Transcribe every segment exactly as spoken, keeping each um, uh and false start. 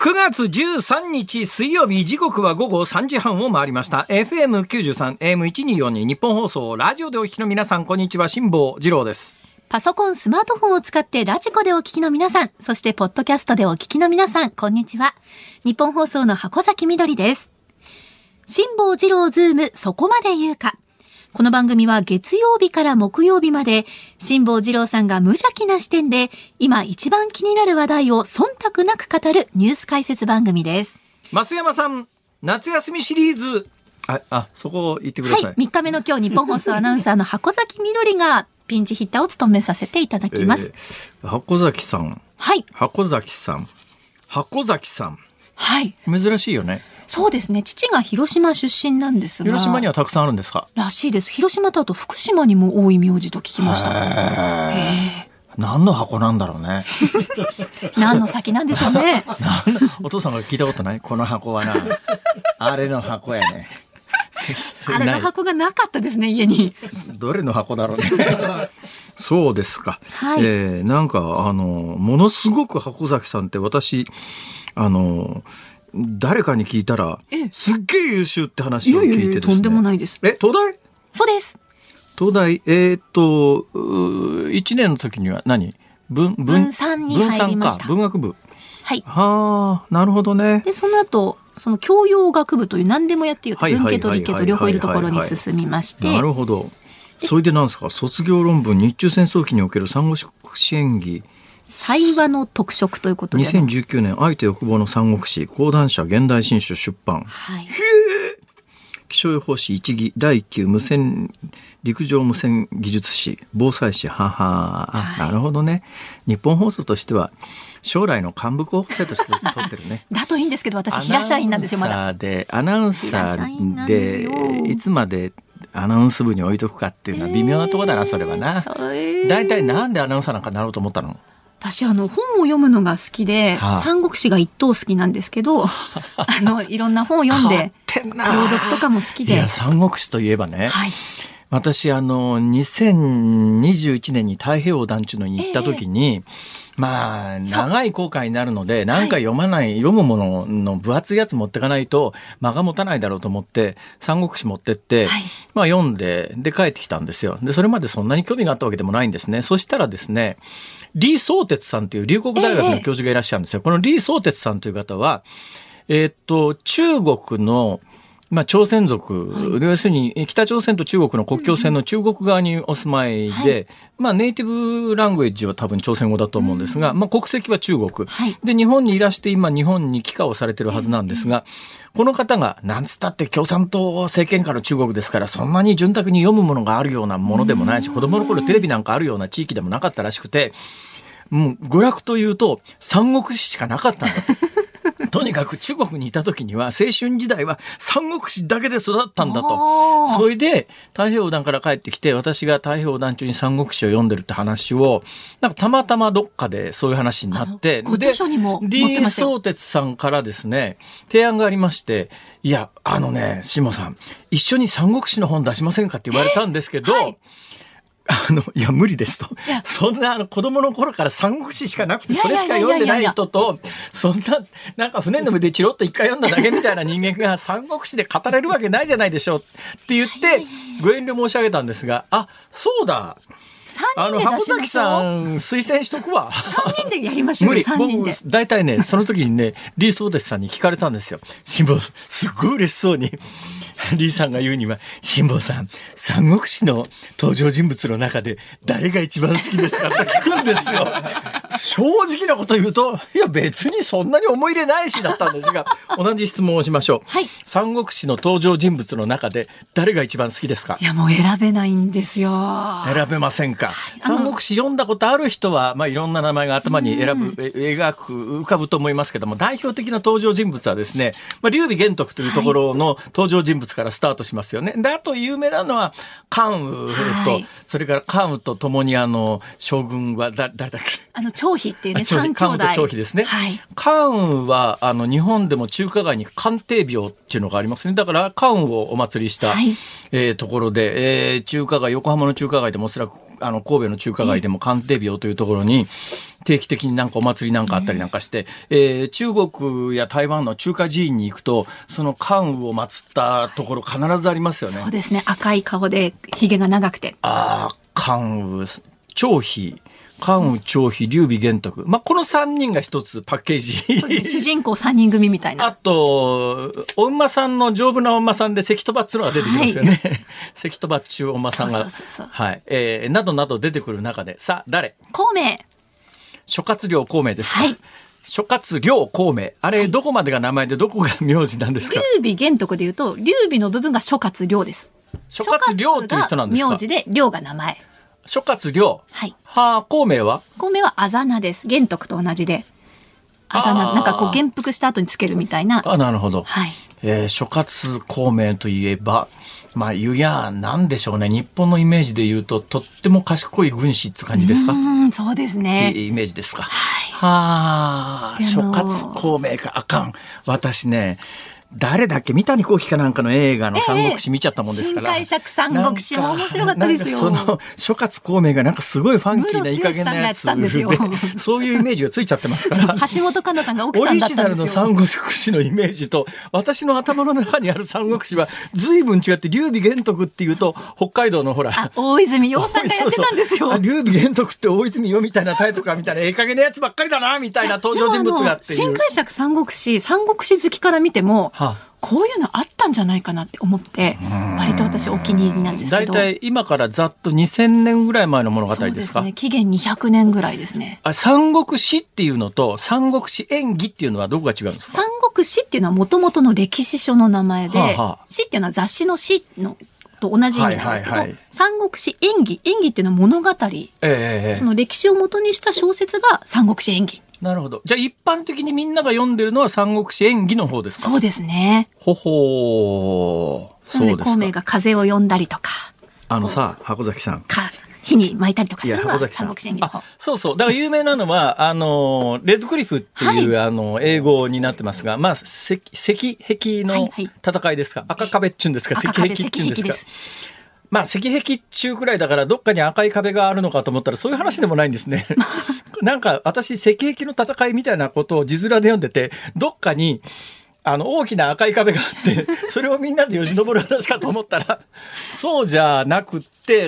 くがつじゅうさんにち水曜日、時刻は午後さんじはんを回りました。 エフエムきゅうじゅうさん エーエムせんにひゃくよんじゅうに 日本放送ラジオでお聞きの皆さん、こんにちは。辛坊治郎です。 パソコン、スマートフォンを使ってラジコでお聞きの皆さん、そしてポッドキャストでお聞きの皆さん、こんにちは。日本放送の箱崎みどりです。辛坊治郎ズーム、そこまで言うか。この番組は月曜日から木曜日まで辛坊治郎さんが無邪気な視点で今一番気になる話題を忖度なく語るニュース解説番組です。 増山さん、夏休みシリーズ、あ、あそこを言ってください。 はい、みっかめの今日、日本放送アナウンサーの箱崎みどりがピンチヒッターを務めさせていただきます。 えー、箱崎さん、 はい、 箱崎さん箱崎さん、 はい、 珍しいよね。 そうですね。父が広島出身なんですが。 広島にはたくさんあるんですか？ らしいです。広島とあと福島にも多い名字と聞きました。 へー、何の箱なんだろうね。 何の先なんでしょうね。 お父さんが聞いたことない？この箱はな、あれの箱やね。 あれの箱がなかったですね、家に。 どれの箱だろうね。そうですか。 はい、 えー、なんかあのものすごく箱崎さんって、私あの誰かに聞いたらすっげえ優秀って話を聞いてですね。いやいやいや、 とんでもないです。 え、東大？ そうです。 東大、えー、っといちねんの時には何文文さんに入りました。 文学部。 はい。 はあ、なるほどね。 でその後その教養学部という何でもやっていると、文系と理系と両方いるところに進みまして。 なるほど。それでなんですか、卒業論文、日中戦争期における三国志演義才話の特色ということで、 にせんじゅうきゅうねん愛と欲望の三国志、講談社現代新書出版。 はい、 へえ。気象予報士一技、だいいっ級無線陸上無線技術士、防災士。はは、あ、はい、なるほどね。日本放送としては将来の幹部候補生として取ってるね。 だといいんですけど、私平社員なんですよ。まだでアナウンサーでいつまでアナウンス部に置いとくかっていうのは微妙なところだな、それはな。だいたいなんでアナウンサーなんかなろうと思ったの？ 私あの本を読むのが好きで、はあ、三国志が一等好きなんですけど、あのいろんな本を読んで朗読とかも好きで。 いや、三国志といえばね、 はい、 私あのにせんにじゅういちねんに太平洋団地のに行った時に、えー、まあ長い航海になるので何か読まない、はい、読むものの分厚いやつ持ってかないと間が持たないだろうと思って三国志持ってって、はい、まあ読んでで帰ってきたんですよ。でそれまでそんなに興味があったわけでもないんですね。そしたらですね、李相哲さんという龍谷大学の教授がいらっしゃるんですよ。えー、この李相哲さんという方はえー、っと中国のまあ、朝鮮族、はい、要するに北朝鮮と中国の国境線の中国側にお住まいで、はい、まあ、ネイティブラングエッジは多分朝鮮語だと思うんですが、まあ、国籍は中国、はい、で日本にいらして今日本に帰化をされてるはずなんですが、この方がなんつったって共産党政権下の中国ですから、そんなに潤沢に読むものがあるようなものでもないし、子供の頃テレビなんかあるような地域でもなかったらしくて、もう娯楽というと三国志しかなかったんだとにかく中国にいた時には青春時代は三国志だけで育ったんだと。それで太平洋横断から帰ってきて、私が太平洋横断中に三国志を読んでるって話をなんかたまたまどっかでそういう話になって、 ご著書にも載ってましたよ。 李相哲さんからですね提案がありまして、いやあのね下さん一緒に三国志の本出しませんかって言われたんですけど、はい、あのいや無理ですと。そんなあの子供の頃から三国志しかなくてそれしか読んでない人と、そんななんか船の上でチロッと一回読んだだけみたいな人間が三国志で語れるわけないじゃないでしょうって言ってご遠慮申し上げたんですが、あ、そうだ、 あの箱崎さん推薦しとくわ。 さんにんでやりましょう。無理。さんにんで。 僕大体ねその時にね李相哲さんに聞かれたんですよ。辛坊すっごい嬉しそうに李さんが言うには、辛坊さん三国志の登場人物の中で誰が一番好きですかって聞くんですよ。正直なこと言うと、いや別にそんなに思い入れないしだったんですが、同じ質問をしましょう。はい、三国志の登場人物の中で誰が一番好きですか？ いやもう選べないんですよ。 選べませんか？三国志読んだことある人は、まあ、いろんな名前が頭に選ぶ、うん、描く浮かぶと思いますけども、代表的な登場人物はですね、まあ、劉備玄徳というところの登場人物からスタートしますよね。であと有名なのは関羽と、はい、それから関羽とともにあの将軍はだ誰だっけ、 あの張飛っていうね、三兄弟。 関羽と張飛ですね。はい、関羽はあの日本でも中華街に関帝廟っていうのがありますね。だから関羽をお祭りした、はい、えー、ところで、えー、中華街、横浜の中華街でもおそらくあの神戸の中華街でも関帝廟というところに定期的になんかお祭りなんかあったりなんかして、えー、中国や台湾の中華寺院に行くとその関羽を祀ったところ必ずありますよね。 そうですね、赤い顔でひげが長くて、 ああ、関羽、張飛、関羽、張飛、劉備、玄徳、まあ、このさんにんが一つパッケージ。 そうですね、主人公さんにん組みたいな。 あとお馬さんの丈夫なお馬さんで関戸場っていうのが出てきますよね、はい、関戸場っていうお馬さんがそうそうそうそう、はい、えー、などなど出てくる中で、さあ誰？ 孔明。 諸葛亮孔明ですか。 はい、 諸葛亮孔明、あれ、はい、どこまでが名前でどこが名字なんですか。 劉備玄徳でいうと劉備の部分が諸葛亮です。 諸葛亮っていう人なんですか。 名字で亮が名前。 諸葛亮、 はい、 はあ、孔明は孔明はあざなです。玄徳と同じであざな、なんかこう元服した後につけるみたいな。 あ、なるほど、 はい、 えー、諸葛孔明といえば、まあ言うやなんでしょうね、日本のイメージで言うととっても賢い軍師って感じですか。 うん、そうですね、 っていうイメージですか。 はい、 はあ、諸葛孔明か。あかん、私ね、誰だっけ、三谷幸喜かなんかの映画の三国志見ちゃったもんですから、 新解釈三国志も面白かったですよ。 その諸葛孔明がなんかすごいファンキーないい加減なやつで、そういうイメージがついちゃってますから橋本環奈さんが奥さんだったんですよ。 オリジナルの三国志のイメージと私の頭の中にある三国志は随分違って、劉備玄徳っていうと北海道のほら、 あ、大泉洋さんがやってたんですよ。 劉備玄徳って大泉洋みたいなタイプかみたいな、ええ加減なやつばっかりだなみたいな登場人物がっていう。 新解釈三国志、三国志好きから見ても、はあ、こういうのあったんじゃないかなって思って、割と私お気に入りなんですけど。 だいたい今からざっとにせんねんぐらい前の物語ですか。そうですね、紀元にひゃくねんぐらいですね。 あ、三国志っていうのと三国志演義っていうのはどこが違うんですか。 三国志っていうのはもともとの歴史書の名前で、はあはあ、史っていうのは雑誌の史のと同じ意味なんですけど、はいはいはい、三国志演義、演義っていうのは物語、えー、その歴史を元にした小説が三国志演義。 なるほど。じゃあ一般的にみんなが読んでるのは三国志演義の方ですか。 そうですね。 ほほー。そうですか。 孔明が風を呼んだりとか、 あのさ、箱崎さん、 か火に巻いたりとかするのは三国志演義の方。 そうそう。だから有名なのはあのレッドクリフっていう、はい、あの英語になってますが、まあ石壁の戦いですか、はいはい、赤壁っちゅうんですか、石壁っちゅうんですか。まあ石壁っちゅうくらいだからどっかに赤い壁があるのかと思ったらそういう話でもないんですね。なんか私石壁の戦いみたいなことを字面で読んでて、どっかにあの大きな赤い壁があってそれをみんなでよじ登る話かと思ったらそうじゃなくって、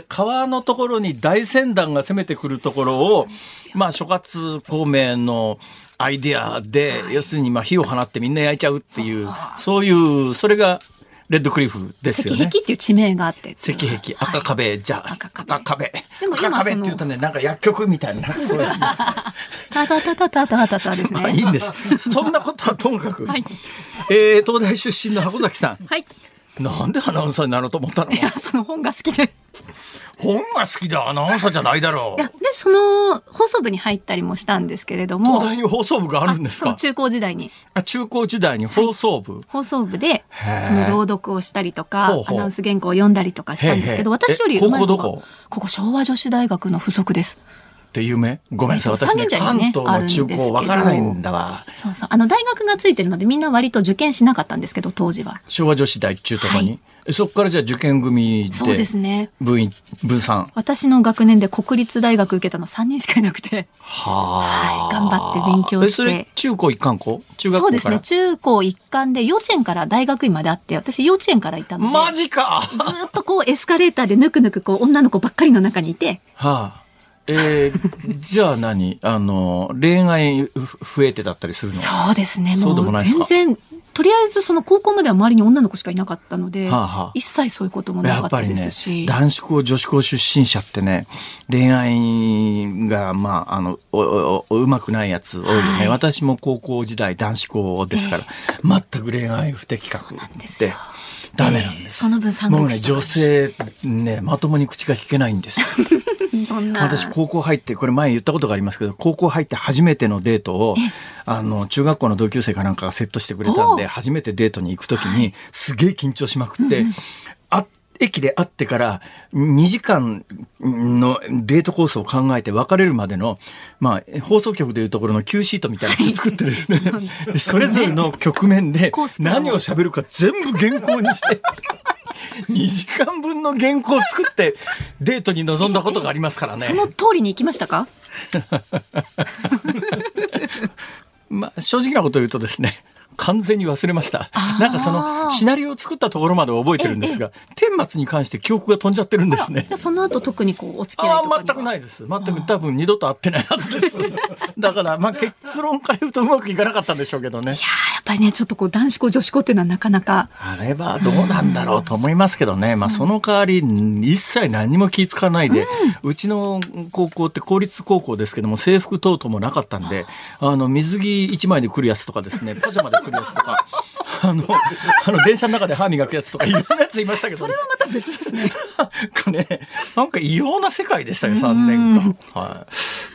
川のところに大船団が攻めてくるところを、まあ諸葛孔明のアイデアで、要するにまあ火を放ってみんな焼いちゃうっていう、そういうそれがレッドクリフですよね。 石壁っていう地名があって。 石壁、赤壁、はい、じゃあ赤壁。赤壁。 でも今赤壁って言うとね、なんか薬局みたいな。そういうたたたたたたたたですね。 まあいいんです。そんなことはともかく。はい、えー、東大出身の箱崎さん。はい。なんでアナウンサーになろうと思ったの。 いや、その本が好きで。 本が好きでアナウンサーじゃないだろう。 いや、でその放送部に入ったりもしたんですけれども。 東大に放送部があるんですか。 中高時代に。 あ、中高時代に放送部、はい、 放送部でその朗読をしたりとか、アナウンス原稿を読んだりとかしたんですけど、私より上手いのはここどこ？ ここ昭和女子大学の附属です。 って有名？ごめんなさい、私ね、関東の中高わからないんだわ。 そうそう、あの大学がついてるのでみんな割と受験しなかったんですけど、当時は昭和女子大中とかに、はい、そこからじゃあ受験組で。 そうですね、 分分散。 私の学年で国立大学受けたのさんにんしかいなくて、は、はい、頑張って勉強して。 それ中高一貫校？中学校から？ そうですね、中高一貫で幼稚園から大学院まであって、私幼稚園からいたので。 マジか。 ずっとこうエスカレーターでぬくぬくこう女の子ばっかりの中にいて、 はあ、えー、じゃあ何あの恋愛増えてだったりするの？ そうですね、もう全然とりあえずその高校までは周りに女の子しかいなかったので、はあはあ、一切そういうこともなかったですし、 やっぱりね、男子校女子校出身者ってね、恋愛がまああのおおおうまくないやつ多いよね、はい、私も高校時代男子校ですから、えー、全く恋愛不適格でダメなんです、 えー、その分三国志とか、 もうね、女性ねまともに口が聞けないんですよ。私高校入って、これ前言ったことがありますけど、高校入って初めてのデートをあの中学校の同級生かなんかがセットしてくれたんで、初めてデートに行くときにすげえ緊張しまくって、うん、あ駅で会ってからにじかんのデートコースを考えて別れるまでの、まあ、放送局でいうところの Q シートみたいなのを作ってですね、はい、でそれぞれの局面で何を喋るか全部原稿にしてにじかんぶんの原稿を作ってデートに臨んだことがありますからね。 その通りに行きましたか？ まあ、正直なことを言うとですね、完全に忘れました。なんかそのシナリオを作ったところまで覚えてるんですが、顛末に関して記憶が飛んじゃってるんですね。 じゃあその後特にこうお付き合いとかには？ あ全くないです。全く多分二度と会ってないはずです。だからまあ結論から言うとうまくいかなかったんでしょうけどね。 いややっぱりねちょっとこう男子校女子校っていうのはなかなかあれはどうなんだろうと思いますけどね。まあその代わり一切何も気付かないで、うん、うちの高校って公立高校ですけども制服等々もなかったんで、あの水着一枚で来るやつとかですね、パジャマで来るやつとか。あの、あの電車の中で歯磨くやつとかいろんなやついましたけど、ね、 それはまた別ですね。 なんかね、なんか異様な世界でしたよ、さんねんかん。はい。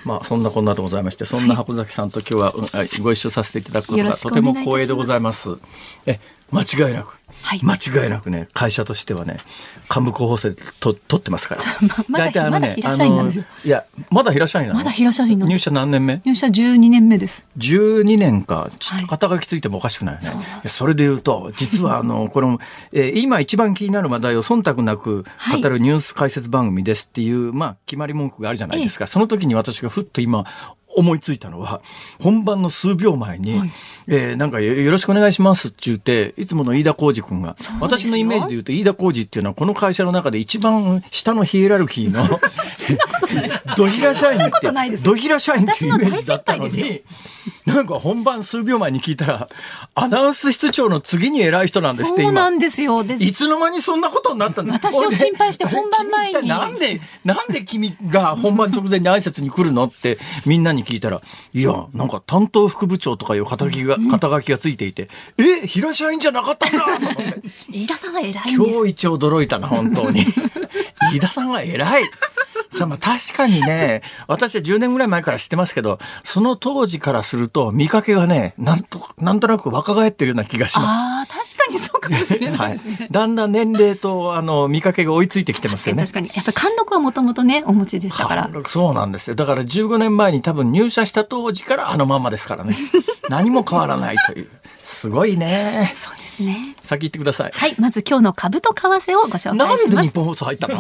まあ、そんなこんなでございまして、そんな箱崎さんと今日はご一緒させていただくことがとても光栄でございます。え、間違いなく。はい、間違いなくね、会社としてはね、幹部候補生と取ってますから。 まだ、あのね、まだ平社員なんですよ。 いや、まだ平社員なの？ まだ平社員なんです。 入社何年目？ 入社じゅうにねんめです。 じゅうにねんか。ちょっと肩書きついてもおかしくないよね。はい、いやそれで言うと、実はあの、この、えー、今一番気になる話題を忖度なく語るニュース解説番組ですっていう、はい、まあ、決まり文句があるじゃないですか。ええ、その時に私がふっと今、思いついたのは本番の数秒前に、はい、えー、なんか よ, よろしくお願いしますって言っていつもの飯田浩司君が、私のイメージで言うと飯田浩司っていうのはこの会社の中で一番下のヒエラルキーのドヒラ社員ってドヒラ社員っていうイメージだったのに、なんか本番数秒前に聞いたらアナウンス室長の次に偉い人なんですって。 そうなんですよ。 でいつの間にそんなことになったんだ。 私を心配して本番前になんでなんで君が本番直前に挨拶に来るのってみんなに聞いたら、いやなんか担当副部長とかいう肩書きが、うん、肩書きがついていて、え平社員じゃなかったんだと思って。 飯田さんは偉いんです。 今日一驚いたな本当に。飯田さんは偉い。さあまあ確かにね、私はじゅうねんぐらい前から知ってますけど、その当時からすると見かけがね、なんとなんとなく若返ってるような気がします。 ああ確かにそうかもしれないですね。 はい、だんだん年齢とあの見かけが追いついてきてますよね。 確かに確かにやっぱり貫禄はもともとねお持ちでしたから。 そうなんですよ。だからじゅうごねんまえに多分入社した当時からあのまんまですからね。何も変わらないという。すごいね。 そうですね。 先言ってください。 はい、まず今日の株と為替をご紹介します。 なんで日本放送入ったの？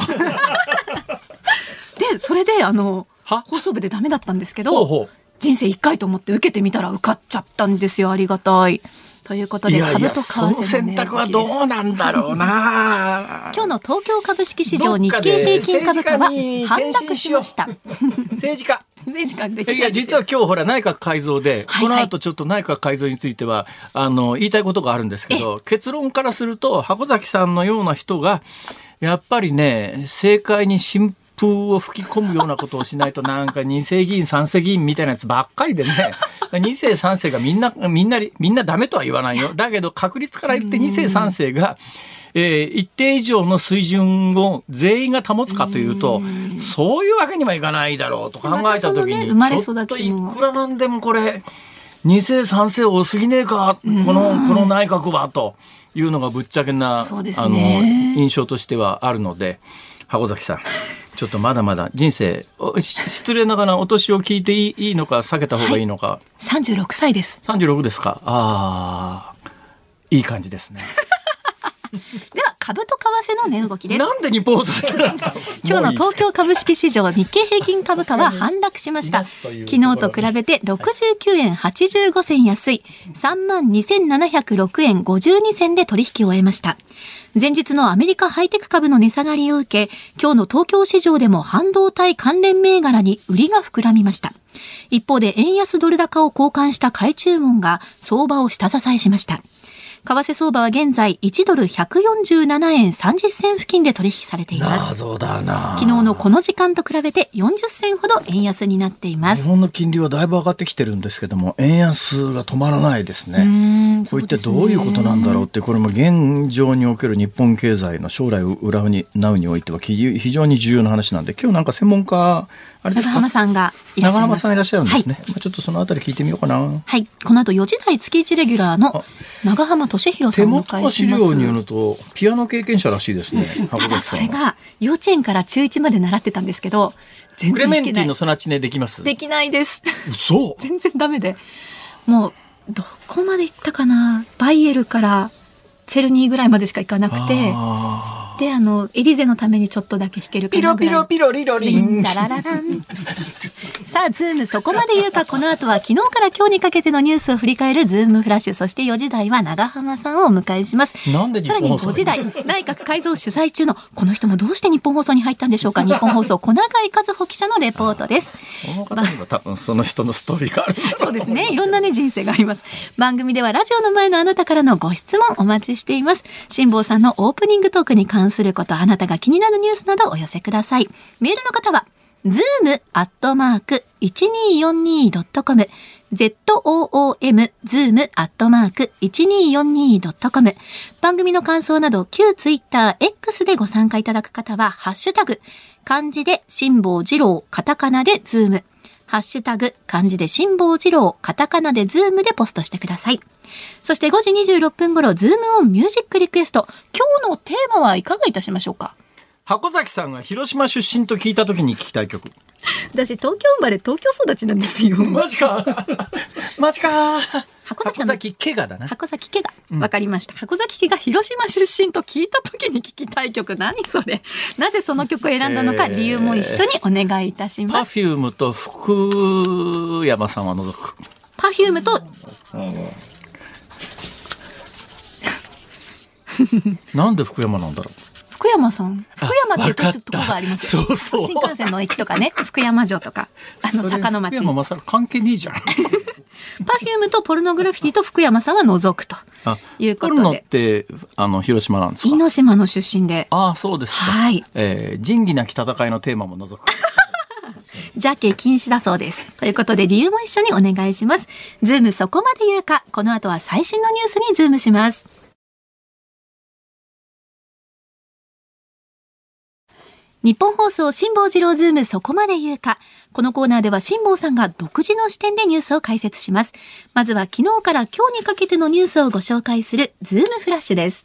でそれであの放送部でダメだったんですけど、ほうほう人生いっかいと思って受けてみたら受かっちゃったんですよ。ありがたい。ということで、株と為替の、ね、 その選択はどうなんだろうな。 今日の東京株式市場日経平均株価は反落しました。 政治家政治家できないですよ。 いや実は今日ほら内閣改造で、はいはい、この後ちょっと内閣改造についてはあの言いたいことがあるんですけど、結論からすると箱崎さんのような人がやっぱりね政界に新風を吹き込むようなことをしないと、なんかに世議員さん世議員みたいなやつばっかりでね、に世さん世がみんなみんなみんなダメとは言わないよ。だけど確率から言ってに世さん世が、えー、一定以上の水準を全員が保つかというと、うそういうわけにはいかないだろうと考えた時に、 まね、 ちょっといくらなんでもこれに世さん世多すぎねえか、このこの内閣はというのがぶっちゃけな、 そうですね、 ね、 あの印象としてはあるので、箱崎さんちょっとまだまだ人生、失礼ながらお年を聞いていいのか避けた方がいいのか。はい、 さんじゅうろくさいです。 さんじゅうろくですか。ああ、いい感じですね。 では株と為替の値動きです。 なんで日本放送なんだ。 今日の東京株式市場日経平均株価は反落しました。昨日と比べてろくじゅうきゅうえんはちじゅうごせん安い さんまんにせんななひゃくろくえんごじゅうに銭で取引を終えました。前日のアメリカハイテク株の値下がりを受け、今日の東京市場でも半導体関連銘柄に売りが膨らみました。一方で円安ドル高を交換した買い注文が相場を下支えしました。為替相場は現在いちドルひゃくよんじゅうななえんさんじゅっ銭付近で取引されています。 謎だな。昨日のこの時間と比べてよんじゅっ銭ほど円安になっています。 日本の金利はだいぶ上がってきてるんですけども、円安が止まらないですね。うーん、こういったどういうことなんだろうって、これも現状における日本経済の将来を占うにおいては非常に重要な話なんで、今日なんか専門家あれですか、 長浜さんがいらっしゃいます。 長浜さんいらっしゃるんですね。はい、ちょっとそのあたり聞いてみようかな。 はい、この後よじ台月いちレギュラーの長浜俊弘さんを迎えします。 手元の資料によるとピアノ経験者らしいですね。 ただそれが幼稚園から中いちまで習ってたんですけど、全然弾けない。 クレメンティのソナチネできます？ できないです。 嘘。 全然ダメで、もうどこまで行ったかな、バイエルからチェルニーぐらいまでしか行かなくて、 で、あのエリゼのためにちょっとだけ弾けるかなぐらい。 ピロピロピロリロリン。 ララララン。さあ、ズームそこまで言うか。この後は昨日から今日にかけてのニュースを振り返るズームフラッシュ。そしてよじ台は長浜さんをお迎えします。 なんで日本放送さらにごじ台、内閣改造取材中のこの人もどうして日本放送に入ったんでしょうか。日本放送小永井和穂記者のレポートです。 この方には多分その人のストーリーがある。 そうですね。いろんなね人生があります。番組ではラジオの前のあなたからのご質問お待ちしています。辛坊さんのオープニングトークに関すること、あなたが気になるニュースなどお寄せください。メールの方はズームアットマークいちにーよんにードットコム ズーム ズームアットマークいちにーよんにードットコム 番組の感想など旧ツイッター X でご参加いただく方はハッシュタグ漢字で辛坊治郎カタカナでズームハッシュタグ漢字で辛坊治郎カタカナでズームでポストしてください。そしてごじにじゅうろっぷん頃ズームオンミュージックリクエスト。今日のテーマはいかがいたしましょうか。 箱崎さんが広島出身と聞いた時に聞きたい曲。 私東京生まれ東京育ちなんですよ。 マジかマジか。 箱崎さんの箱崎家がだな。 箱崎家がわかりました、うん、箱崎家が広島出身と聞いた時に聞きたい曲、何それ。なぜその曲を選んだのか、えー、理由も一緒にお願いいたします。 パフュームと福山さんは除く。 パフュームとなんで福山なんだろう。 福山さん、福山っていうところがありますよ。 そうそう、 新幹線の駅とかね、福山城とか、あの坂の町。 福山まさか関係ねえじゃん。 パフュームとポルノグラフィティと福山さんは除くということで。ポルノってあの広島なんですか。 因島の出身で。 ああ、そうですか。はい。えー、仁義なき戦いのテーマも除く。 邪気禁止だそうです。ということで理由も一緒にお願いします。ズームそこまで言うか。この後は最新のニュースにズームします。日本放送辛坊治郎ズームそこまで言うか。このコーナーでは辛坊さんが独自の視点でニュースを解説します。まずは昨日から今日にかけてのニュースをご紹介するズームフラッシュです。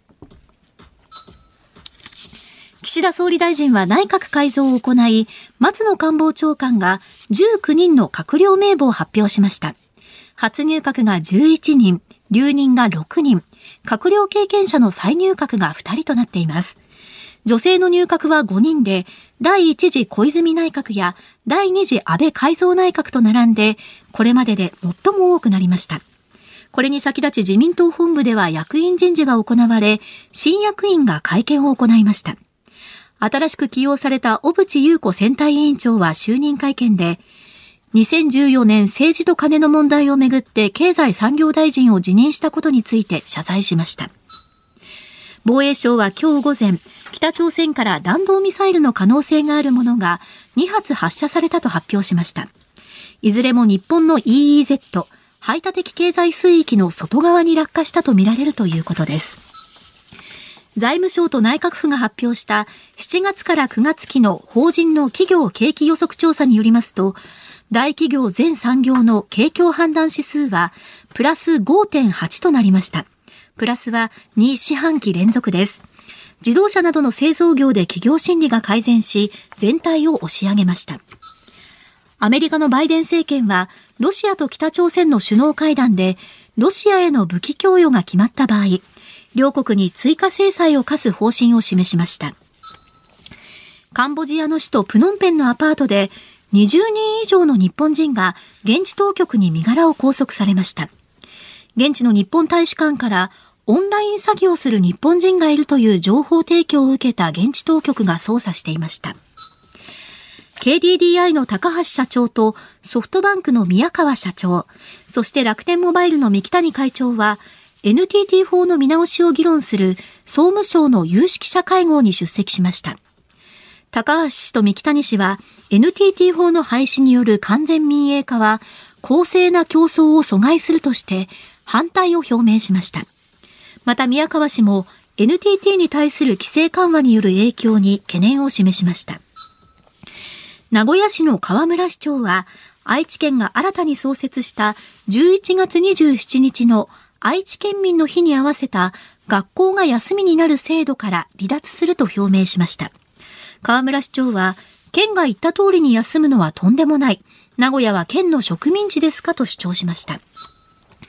岸田総理大臣は内閣改造を行い、松野官房長官がじゅうきゅうにんの閣僚名簿を発表しました。初入閣がじゅういちにん、留任がろくにん、閣僚経験者の再入閣がふたりとなっています。女性の入閣はごにんで、だいいち次小泉内閣やだいに次安倍改造内閣と並んで、これまでで最も多くなりました。これに先立ち自民党本部では役員人事が行われ、新役員が会見を行いました。新しく起用された小渕優子選対委員長は就任会見で、にせんじゅうよねん政治とカネの問題をめぐって経済産業大臣を辞任したことについて謝罪しました。防衛省は今日午前、北朝鮮から弾道ミサイルの可能性があるものがに発発射されたと発表しました。いずれも日本の イーイーゼット、排他的経済水域の外側に落下したとみられるということです。財務省と内閣府が発表したしちがつからくがつ期の法人の企業景気予測調査によりますと、大企業全産業の景況判断指数はプラス ごてんはち となりました。プラスはに四半期連続です。自動車などの製造業で企業心理が改善し、全体を押し上げました。アメリカのバイデン政権は、ロシアと北朝鮮の首脳会談で、ロシアへの武器供与が決まった場合、両国に追加制裁を科す方針を示しました。カンボジアの首都プノンペンのアパートで、にじゅうにん以上の日本人が現地当局に身柄を拘束されました。現地の日本大使館から、オンライン詐欺をする日本人がいるという情報提供を受けた現地当局が捜査していました。ケーディーディーアイ の高橋社長とソフトバンクの宮川社長、そして楽天モバイルの三木谷会長は エヌティーティー 法の見直しを議論する総務省の有識者会合に出席しました。高橋氏と三木谷氏は エヌティーティー 法の廃止による完全民営化は公正な競争を阻害するとして反対を表明しました。また宮川氏も エヌティーティー に対する規制緩和による影響に懸念を示しました。名古屋市の河村市長は愛知県が新たに創設したじゅういちがつにじゅうしちにちの愛知県民の日に合わせた学校が休みになる制度から離脱すると表明しました。河村市長は県が言った通りに休むのはとんでもない。名古屋は県の植民地ですかと主張しました。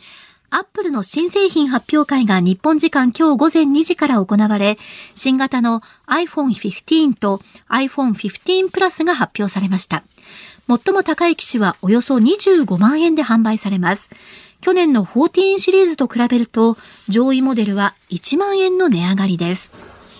アップルの新製品発表会が日本時間今日午前にじから行われ、新型の アイフォンフィフティーン と アイフォンフィフティーン プラスが発表されました。最も高い機種はおよそにじゅうごまんえんで販売されます。去年のじゅうよんシリーズと比べると、上位モデルはいちまんえんの値上がりです。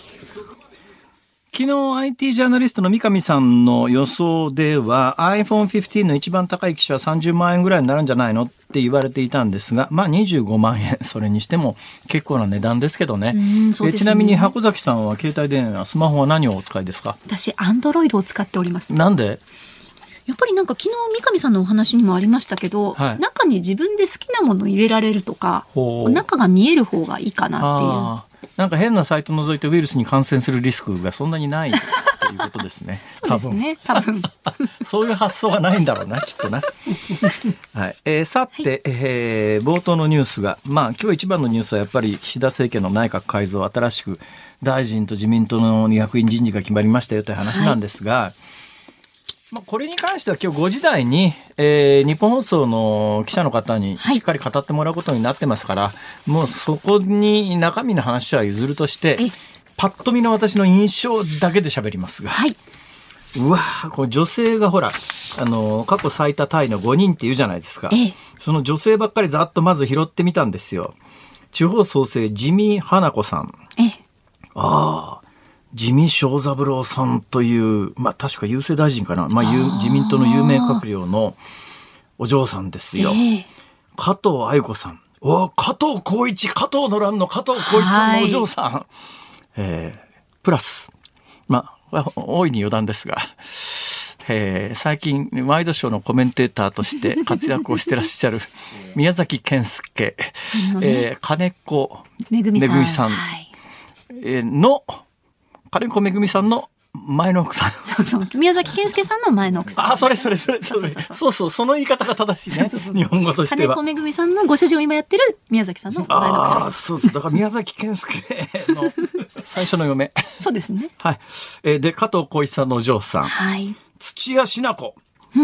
昨日 アイティー ジャーナリストの三上さんの予想では アイフォンフィフティーン の一番高い機種はさんじゅうまんえんぐらいになるんじゃないのって言われていたんですが、まあにじゅうごまんえん、それにしても結構な値段ですけどね。 そうですね。 ちなみに箱崎さんは携帯電話、スマホは何をお使いですか？ 私アンドロイドを使っております。 なんで？ やっぱりなんか昨日三上さんのお話にもありましたけど、はい、中に自分で好きなものを入れられるとか、中が見える方がいいかなっていう。 なんか変なサイト覗いてウイルスに感染するリスクがそんなにないということですね。 そうですね、多分そういう発想はないんだろうな、きっとな。はい、えー、さて、はい、えー、冒頭のニュースが、まあ今日一番のニュースはやっぱり岸田政権の内閣改造、新しく大臣と自民党の役員人事が決まりましたよという話なんですが、はい、まあ、これに関しては今日ごじ台に、えー、日本放送の記者の方にしっかり語ってもらうことになってますから、はい、もうそこに中身の話は譲るとして、パッと見の私の印象だけで喋りますが、はい、うわこれ女性がほらあの過去最多タイのごにんっていうじゃないですか。その女性ばっかりざっとまず拾ってみたんですよ。地方創生自見花子さん、ああ自見正三郎さんという、まあ確か郵政大臣かな、まあ、自民党の有名閣僚のお嬢さんですよ。えー、加藤愛子さん、お加藤浩一、加藤の乱の加藤浩一さんのお嬢さん、えー、プラス、まあ大いに余談ですが、えー、最近ワイドショーのコメンテーターとして活躍をしてらっしゃる宮崎健介、えー、金子めぐみさん、さん、はい、えー、の金子めぐみさんの前の奥さん。 そうそう。宮崎健介さんの前の奥さん。 あ、それそれそれ。そうそうそう。そうそう、その言い方が正しいね。そうそうそう、日本語としては。 金子めぐみさんのご主人を今やってる宮崎さんの前の奥さん。 ああ、そうそう。だから宮崎健介の最初の嫁。 そうですね。 はい。えー、で、加藤浩一さんのお嬢さん。 はい。 土屋品子。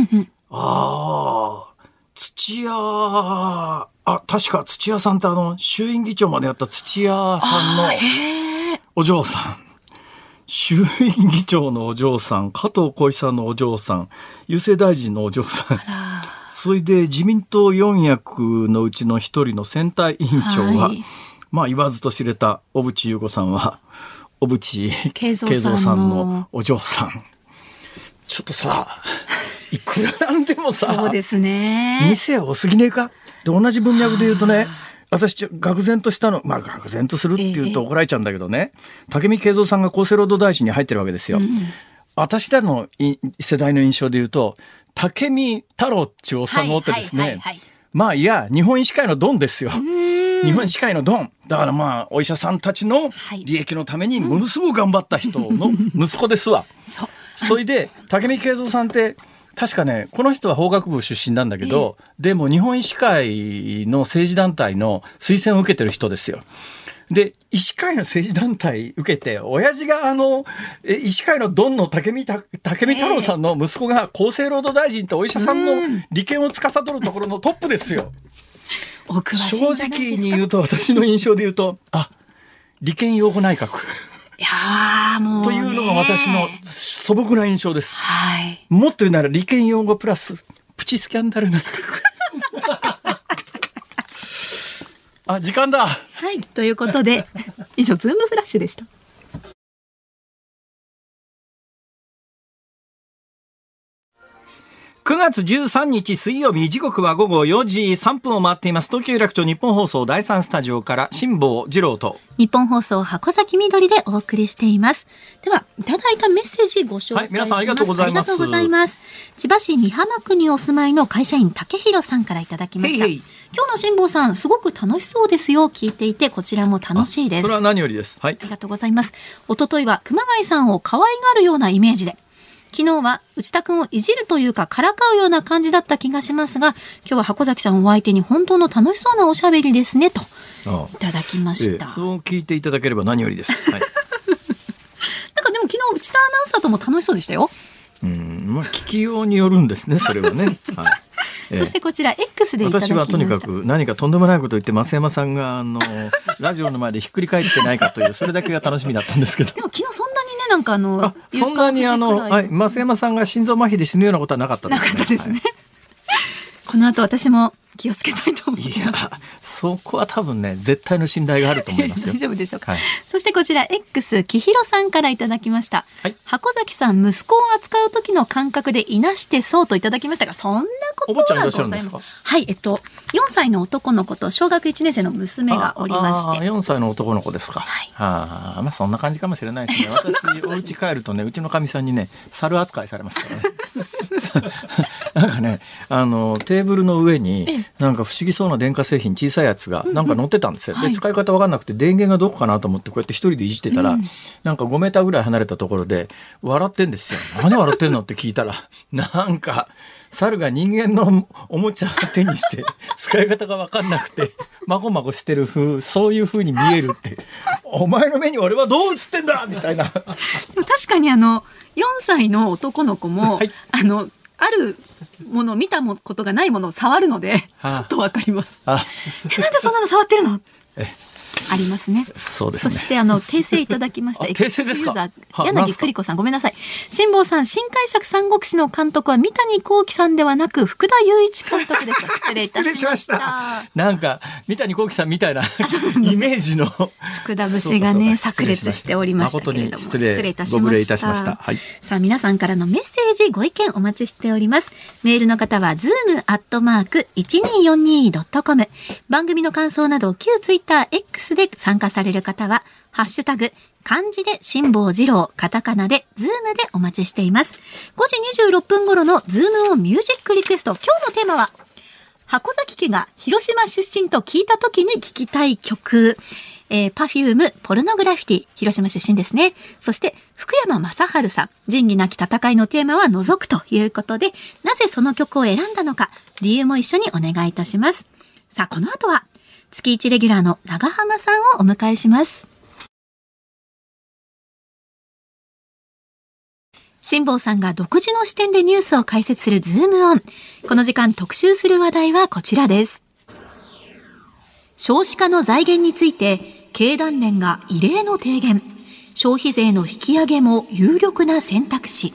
ああ、土屋、あ、確か土屋さんってあの、衆院議長までやった土屋さんのお嬢さん。衆院議長のお嬢さん、加藤浩一さんのお嬢さん、郵政大臣のお嬢さん、それで自民党よん役のうちの一人の選対委員長は、はい、まあ言わずと知れた小渕優子さんは小渕恵三さんのお嬢さん。ちょっとさ、いくらなんでもさ、 そうですね、 店多すぎねえか。で同じ文脈で言うとね、私愕然としたの、まあ愕然とするって言うと怒られちゃうんだけどね、ええ、武見敬三さんが厚生労働大臣に入ってるわけですよ。うん、私らの世代の印象で言うと武見太郎っちゅうおっさんがおってですね、はいはいはいはい、まあいや日本医師会のドンですよ。日本医師会のドンだから、まあお医者さんたちの利益のためにものすごく頑張った人の息子ですわ。そ, それで武見敬三さんって確かね、この人は法学部出身なんだけど、ええ、でも日本医師会の政治団体の推薦を受けてる人ですよ。で、医師会の政治団体受けて、親父があの、医師会のドンの武見た、武見太郎さんの息子が厚生労働大臣とお医者さんの利権を司るところのトップですよ。正直に言うと、私の印象で言うと、あ、利権擁護内閣。 いやもうというのが私の素朴な印象です。 はい、 もっと言うなら利権擁護プラスプチスキャンダルなあ、時間だ。 はい、ということで以上ズームフラッシュでした。 くがつじゅうさんにち水曜日、時刻はごごよじさんぷんを回っています。東京有楽町日本放送だいさんスタジオから辛坊治郎と日本放送箱崎みどりでお送りしています。では、いただいたメッセージご紹介します。はい、 皆さんありがとうございます。 ありがとうございます。千葉市美浜区にお住まいの会社員竹弘さんからいただきました。へいへい、今日の辛坊さん、すごく楽しそうですよ。聞いていてこちらも楽しいです。 それは何よりです。はい、 ありがとうございます。一昨日は熊谷さんを可愛がるようなイメージで、昨日は内田くんをいじるというかからかうような感じだった気がしますが、今日は箱崎さんをお相手に本当の楽しそうなおしゃべりですねといただきました。ああ、 ええ、そう聞いていただければ何よりです。はい、なんかでも昨日内田アナウンサーとも楽しそうでしたよ。 うん、まあ聞きようによるんですね、それはね。はいそしてこちら X でいただきました。 私はとにかく何かとんでもないことを言って増山さんがあのラジオの前でひっくり返ってないかというそれだけが楽しみだったんですけど。 でも昨日そんなにねなんかあのあそんなにあの、はい、増山さんが心臓麻痺で死ぬようなことはなかったですね。 なかったですね。はい、この後私も気をつけたいと思います。 いやそこは多分ね絶対の信頼があると思いますよ。 大丈夫でしょうか、 はい、 そしてこちら X きひろさんからいただきました、はい、箱崎さん息子を扱う時の感覚でいなしてそうといただきましたがそんなことはございます。お坊ちゃんいらっしゃるんですか。はい、えっとよんさいの男の子と小学いちねん生の娘がおりまして。 ああよんさいの男の子ですか。はい、はあまあそんな感じかもしれないですね。私お家帰るとねうちのかみさんにね猿扱いされますからね。なんかねあのテーブルの上になんか不思議そうな電化製品小さいやつがなんか乗ってたんですよ、うんうん、で使い方分かんなくて電源がどこかなと思ってこうやって一人でいじってたら、うん、なんかごメーターぐらい離れたところで笑ってんですよ。何笑ってんのって聞いたらなんか猿が人間のおもちゃ手にして使い方が分かんなくてまごまごしてる風そういう風に見えるってお前の目に俺はどう映ってんだみたいな。でも確かにあのよんさいの男の子も、はい、あのあるものを見たことがないものを触るのでちょっとわかります。あえなんでそんなの触ってるのえありますね。 そうですね。 そしてあの訂正いただきました。 訂正ですか。 柳栗子さんごめんなさい。辛坊さん新解釈三国志の監督は三谷幸喜さんではなく福田雄一監督でした。失礼いたしました。失礼しました。 なんか三谷幸喜さんみたいなイメージの福田節がね炸裂しておりましたけれども失礼失礼いたしました。ご無礼いたしました。はい、 さあ皆さんからのメッセージご意見お待ちしております。メールの方は ズーム アットマーク いちにーよんにー ドットコム 番組の感想など旧ツイッター X で参加される方はハッシュタグ漢字で辛坊治郎カタカナでズームでお待ちしています。ごじにじゅうろっぷん頃のズームオンミュージックリクエスト今日のテーマは箱崎家が広島出身と聞いた時に聴きたい曲、えー、パフュームポルノグラフィティ広島出身ですね。そして福山雅治さん仁義なき戦いのテーマは除くということでなぜその曲を選んだのか理由も一緒にお願いいたします。さあこの後は月いちレギュラーの長浜さんをお迎えします。辛坊さんが独自の視点でニュースを解説するズームオン。この時間特集する話題はこちらです。少子化の財源について経団連が異例の提言。消費税の引き上げも有力な選択肢。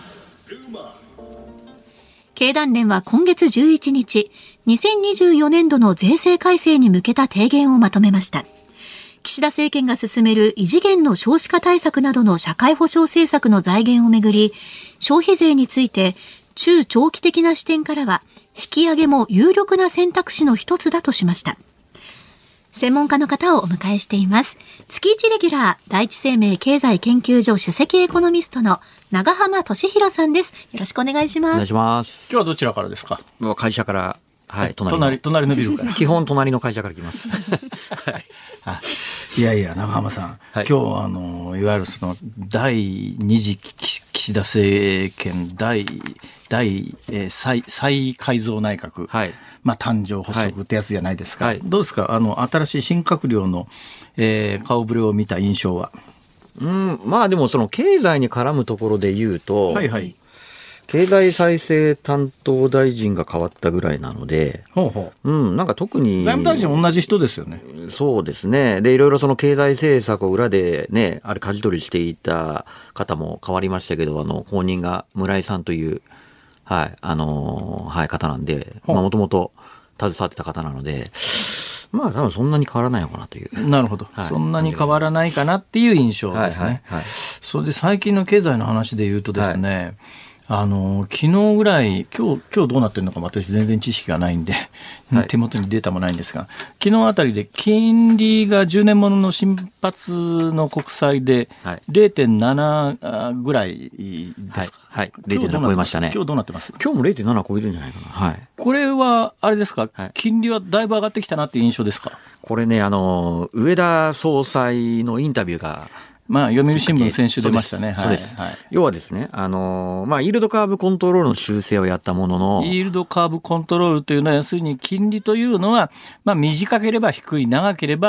経団連は今月じゅういちにち、にせんにじゅうよねんどの税制改正に向けた提言をまとめました。岸田政権が進める異次元の少子化対策などの社会保障政策の財源をめぐり、消費税について中長期的な視点からは引き上げも有力な選択肢の一つだとしました。専門家の方をお迎えしています。月いちレギュラー第一生命経済研究所首席エコノミストの長浜俊弘さんです。よろしくお願いします。 お願いします。 今日はどちらからですか。 もう会社から、はい、 隣の隣隣のビルから基本隣の会社から来ます。 はい、あいやいや長浜さん、はい、今日あのいわゆるその第二次岸田政権第第、えー、再再改造内閣、はい、まあ、誕生発足ってやつじゃないですか、はい、どうですかあの新しい新閣僚の、えー、顔ぶれを見た印象は。 うん、まあでもその経済に絡むところで言うと、 はいはい、 経済再生担当大臣が変わったぐらいなので、 ほうほう、 うん、なんか特に財務大臣同じ人ですよね。 そうですね。でいろいろその経済政策を裏でねあれ舵取りしていた方も変わりましたけど、あの後任が村井さんという、はいあのーはい、方なんで、もともと携わってた方なので、まあ多分そんなに変わらないのかなという。 なるほど、はい、そんなに変わらないかなっていう印象ですね、はいはいはい、それで最近の経済の話で言うとですね、はい、あの昨日ぐらい今日今日どうなってるのか私全然知識がないんで、はい、手元にデータもないんですが、昨日あたりで金利がじゅうねんものの新発の国債で ゼロてんなな ぐらいですか。 はいはい、ゼロてんなな 超えましたね。 今日どうなってます？ 今日も ゼロてんなな 超えるんじゃないかな。はい、 これはあれですか、はい、金利はだいぶ上がってきたなっていう印象ですか？ これね、あの上田総裁のインタビューがまあ、読売新聞先週出ましたね。 そうです。はい、要はですね、あのー、まあ、イールドカーブコントロールの修正をやったものの、 イールドカーブコントロールというのは、要するに金利というのは、まあ、短ければ低い、長ければ、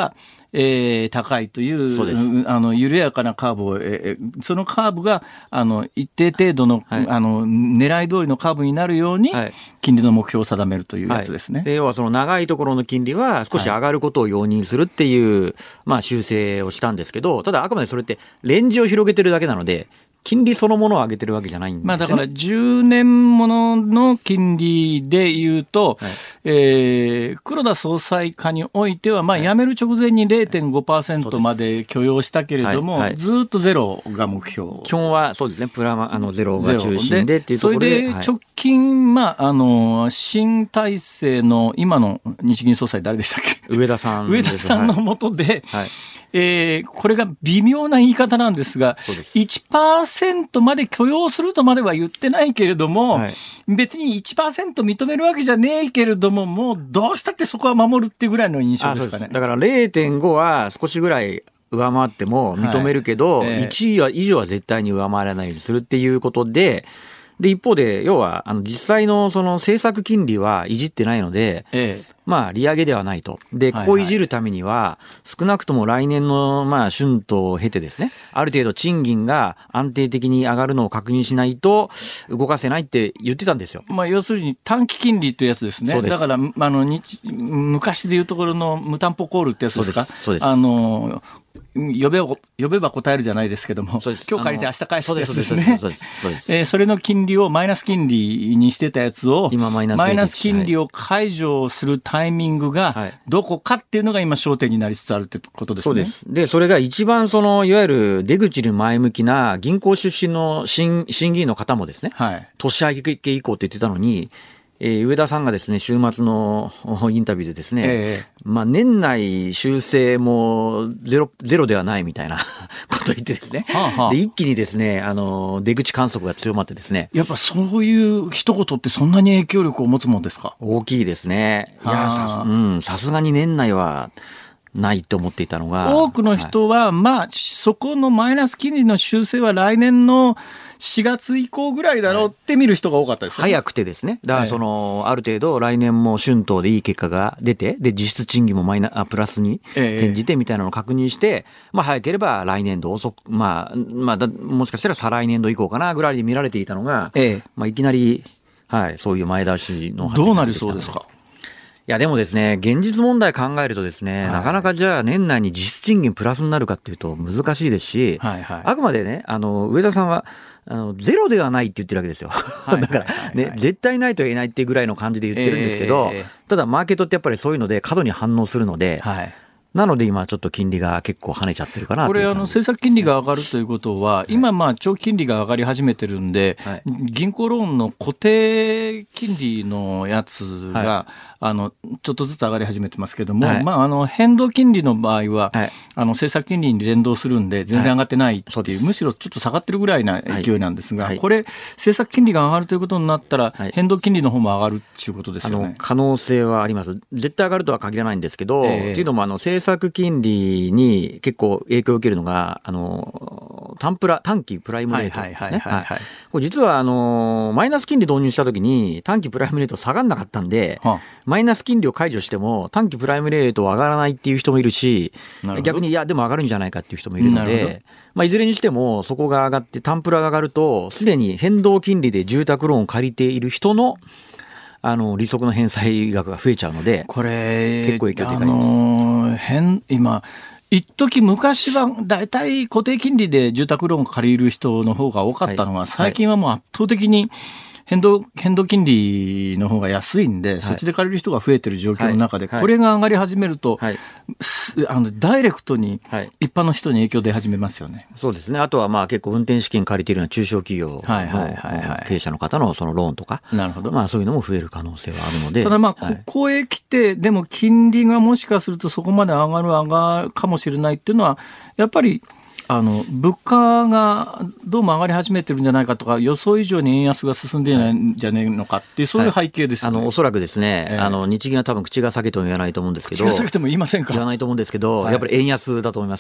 えー、高いという、 そうです。 あの、緩やかなカーブを、えー、そのカーブが、あの、一定程度の、はい、あの、狙い通りのカーブになるように、はい、金利の目標を定めるというやつですね。 はい、で要はその長いところの金利は少し上がることを容認するっていう、はい、まあ修正をしたんですけど、ただあくまでそれってレンジを広げてるだけなので、金利そのものを上げてるわけじゃないんですね。 まあだからじゅうねんものの金利で言うと、はい、えー、黒田総裁下においては、まあ辞める直前に れいてんごパーセント まで許容したけれども、はいはい、ずっとゼロが目標。 基本はそうですね、プラマ、あのゼロが中心でっていうところで。 それで直近、まあ、あの、新体制の今の日銀総裁誰でしたっけ？ 上田さん。 上田さんの下で、はい、えー、これが微妙な言い方なんですが、いちパーセント まで許容するとまでは言ってないけれども、はい、別に いちパーセント 認めるわけじゃねえけれども、もうどうしたってそこは守るっていうぐらいの印象ですかね。 だから れいてんご は少しぐらい上回っても認めるけど、はいえー、いちいは以上は絶対に上回らないようにするっていうことで、で、一方で、要は、あの、実際のその政策金利はいじってないので、ええ、まあ、利上げではないと。で、ここをいじるためには、はいはい、少なくとも来年の、まあ、春闘を経てですね、ある程度賃金が安定的に上がるのを確認しないと、動かせないって言ってたんですよ。 まあ、要するに短期金利というやつですね。そうです。だから、あの、日、昔でいうところの無担保コールってやつですか？ そうです。 あの、呼べば、呼べば答えるじゃないですけども、今日借りて明日返すってやつですね。それの金利をマイナス金利にしてたやつを、今マイナス、マイナス金利を解除するタイミングがどこかっていうのが今焦点になりつつあるってことですね。 そうです。で、それが一番その、いわゆる出口に前向きな銀行出身の審、審議員の方もですね、はい、年明け以降って言ってたのに、えー、上田さんがですね、週末のインタビューでですね、ええ、まあ年内修正もゼロ、ゼロではないみたいなことを言ってですね、はあはあ、で、一気にですね、あの、出口観測が強まってですね。 やっぱそういう一言ってそんなに影響力を持つもんですか？ 大きいですね。いや、さ、うん、さすがに年内は、ないと思っていたのが。 多くの人は、はい、まあ、そこのマイナス金利の修正は来年のしがつ以降ぐらいだろうって見る人が多かったですね。 早くてですね。だからその、ある程度来年も春闘でいい結果が出て、で、実質賃金もマイナ、あ、プラスに転じてみたいなのを確認して、まあ早ければ来年度遅く、まあ、まあだ、もしかしたら再来年度以降かなぐらいで見られていたのが、ええ、まあいきなり、はい、そういう前倒しのどうなりそうですか？ いやでもですね、現実問題考えるとですね、はい、なかなかじゃあ年内に実質賃金プラスになるかっていうと難しいですし、はいはい、あくまでね、あの、上田さんは、あの、ゼロではないって言ってるわけですよ。だからね、絶対ないと言えないっていうぐらいの感じで言ってるんですけど、えー、ただマーケットってやっぱりそういうので過度に反応するので、はい、なので今ちょっと金利が結構跳ねちゃってるかなという。 これあの政策金利が上がるということは、今まあ長期金利が上がり始めてるんで、はい、銀行ローンの固定金利のやつが、はい、あのちょっとずつ上がり始めてますけども、はい、まああの変動金利の場合は、はい、あの政策金利に連動するんで全然上がってないっていう、はい、むしろちょっと下がってるぐらいな勢いなんですが、はい、これ政策金利が上がるということになったら、はい、変動金利の方も上がるっていうことですよね。 あの可能性はあります。絶対上がるとは限らないんですけど、えー、っていうのもあの政策金利に結構影響を受けるのが、あの、短プラ、短期プライムレートですね。これ実はあの、マイナス金利導入したときに短期プライムレート下がんなかったんで、はあ、マイナス金利を解除しても短期プライムレートは上がらないっていう人もいるし、逆にいや、でも上がるんじゃないかっていう人もいるので、まあ、いずれにしてもそこが上がって短プラが上がると、すでに変動金利で住宅ローンを借りている人のあの利息の返済額が増えちゃうので、 これ結構影響でかいです。あの変今一時昔はだいたい固定金利で住宅ローンを借りる人の方が多かったのが、はい、最近はもう圧倒的に変動、変動金利の方が安いんで、はい、そっちで借りる人が増えてる状況の中で、はい、これが上がり始めると、はい、あのダイレクトに一般の人に影響出始めますよね。 そうですね。あとはまあ結構運転資金借りているような中小企業の経営者の方のそのローンとか、なるほど。まあそういうのも増える可能性はあるので。 ただまあここへ来て、でも金利がもしかするとそこまで上がる上がるかもしれないっていうのは、やっぱりあの物価がどうも上がり始めてるんじゃないかとか、予想以上に円安が進んでいないんじゃねえのかっていう、そういう背景ですよね。 はい、あのおそらくですね、えー、あの日銀は多分口が裂けても言わないと思うんですけど、 口が裂けても言いませんか。 言わないと思うんですけど、はい、やっぱり円安だと思います。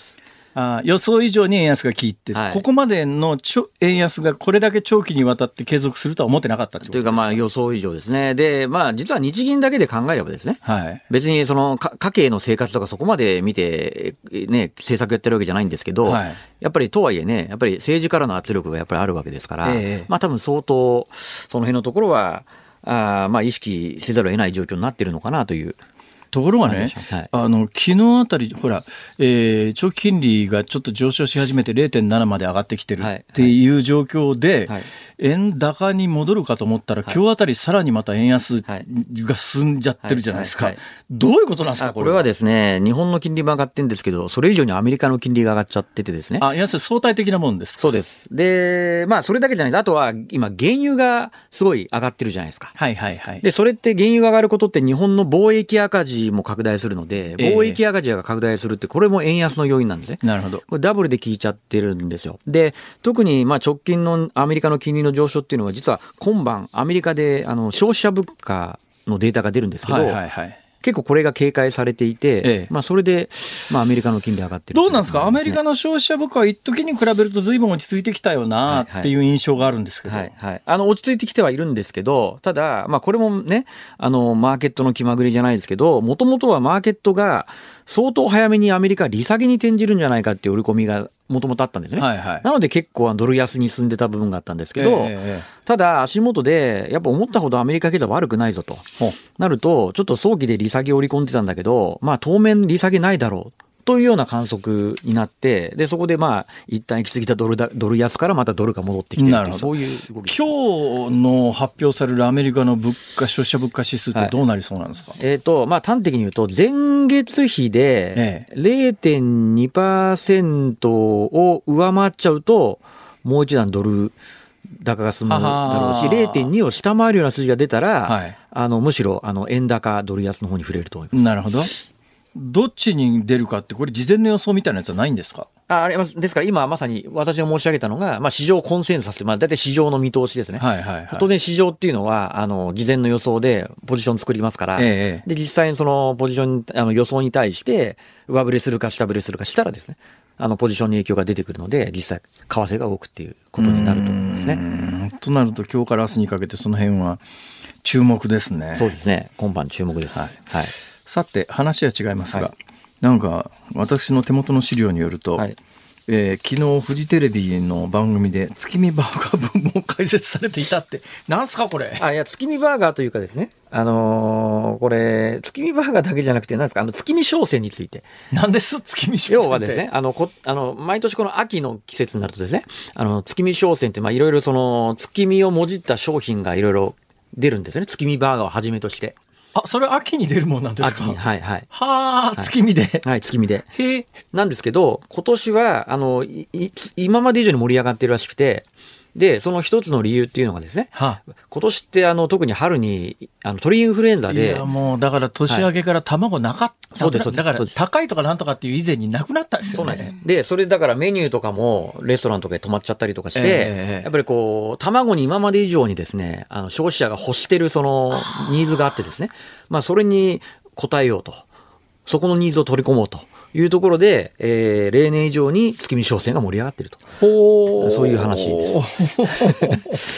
あ予想以上に円安が効いてる、はい、ここまでのちょ円安がこれだけ長期にわたって継続するとは思ってなかったってことですか。 というかまあ予想以上ですね。で、まあ実は日銀だけで考えればですね、はい、別にその家計の生活とかそこまで見てね政策やってるわけじゃないんですけど、はい、やっぱりとはいえね、やっぱり政治からの圧力がやっぱりあるわけですから、えー、まあ多分相当その辺のところはあまあ意識せざるを得ない状況になっているのかなという。 ところがね、はい、あの昨日あたりほら、えー、長期金利がちょっと上昇し始めて ゼロてんなな まで上がってきてるっていう状況で、はいはい、円高に戻るかと思ったら、はい、今日あたりさらにまた円安が進んじゃってるじゃないですか、はいはいはい、どういうことなんですか。 これはこれはですね、日本の金利も上がってるんですけど、それ以上にアメリカの金利が上がっちゃっててですね。 あ、いや、それ相対的なもんですか。 そうです。で、まあそれだけじゃない、あとは今原油がすごい上がってるじゃないですか。 はいはいはい。 でそれって原油が上がることって日本の貿易赤字も拡大するので、貿易赤字が拡大するって、これも円安の要因なんですね。 なるほど。 これダブルで効いちゃってるんですよ。で、特にまあ直近のアメリカの金利の上昇っていうのは、実は今晩アメリカであの消費者物価のデータが出るんですけど、はいはいはい、結構これが警戒されていて、ええ、まあそれでまあアメリカの金利上がってる、 ね。どうなんですか。アメリカの消費者物価は一時に比べると随分落ち着いてきたよなっていう印象があるんですけど、 はいはいはい、あの落ち着いてきてはいるんですけど、ただまあこれもね、あのマーケットの気まぐれじゃないですけど、もともとはマーケットが相当早めにアメリカ利下げに転じるんじゃないかっていう織り込みがもともとあったんですね、はいはい、なので結構ドル安に進んでた部分があったんですけど、えー、ただ足元でやっぱ思ったほどアメリカ経済悪くないぞとなると、ちょっと早期で利下げを織り込んでたんだけど、まあ当面利下げないだろうというような観測になって、でそこでまあ一旦行き過ぎたドルだドル安からまたドルが戻ってきてるっていう、そういう動き。 今日の発表されるアメリカの物価消費者物価指数ってどうなりそうなんですか。 はい、えーとまあ、端的に言うと前月比で ゼロてんにパーセント を上回っちゃうともう一段ドル高が進むだろうし、 ゼロてんに を下回るような数字が出たら、はい、あのむしろあの円高ドル安の方に触れると思います。 なるほど。どっちに出るかって、これ事前の予想みたいなやつはないんですか。 ああれですから今まさに私が申し上げたのが、まあ、市場コンセンサスって、まあ、大体市場の見通しですね、はいはいはい、当然市場っていうのはあの事前の予想でポジション作りますから、ええ、で実際にそのポジションあの予想に対して上振れするか下振れするかしたらですね、あのポジションに影響が出てくるので、実際為替が動くっていうことになると思いますね。うーんとなると今日から明日にかけてその辺は注目ですね。 そうですね、今晩注目です、はいはい、 さて話は違いますが、はい、なんか私の手元の資料によると、はい、えー、昨日フジテレビの番組で月見バーガー分も解説されていたって、なんすかこれ。 あ、いや月見バーガーというかですね、あのー、これ月見バーガーだけじゃなくて、なんですか、あの月見商戦について。 なんです月見商戦って。 要はですね、あのこあの毎年この秋の季節になるとですね、あの月見商戦って、まあいろいろその月見をもじった商品がいろいろ出るんですよね、月見バーガーをはじめとして。 あ、それ秋に出るもんなんですか。 秋に、はいはい。 はあ、月見で。 はい、月見で。へえ。なんですけど、今年は、あの、い今まで以上に盛り上がってるらしくて、で、その一つの理由っていうのがですね、はあ、今年ってあの特に春にあの鳥インフルエンザで、 いやもうだから年明けから卵なかった、はい、そうです、だから高いとかなんとかっていう以前になくなったんですよね。そうなんです。 で、それだからメニューとかもレストランとかで止まっちゃったりとかして、えー、やっぱりこう卵に今まで以上にですね、あの消費者が欲してるそのニーズがあってですね、まあそれに応えようと、そこのニーズを取り込もうというところで、えー、例年以上に月見商戦が盛り上がっていると、そういう話です。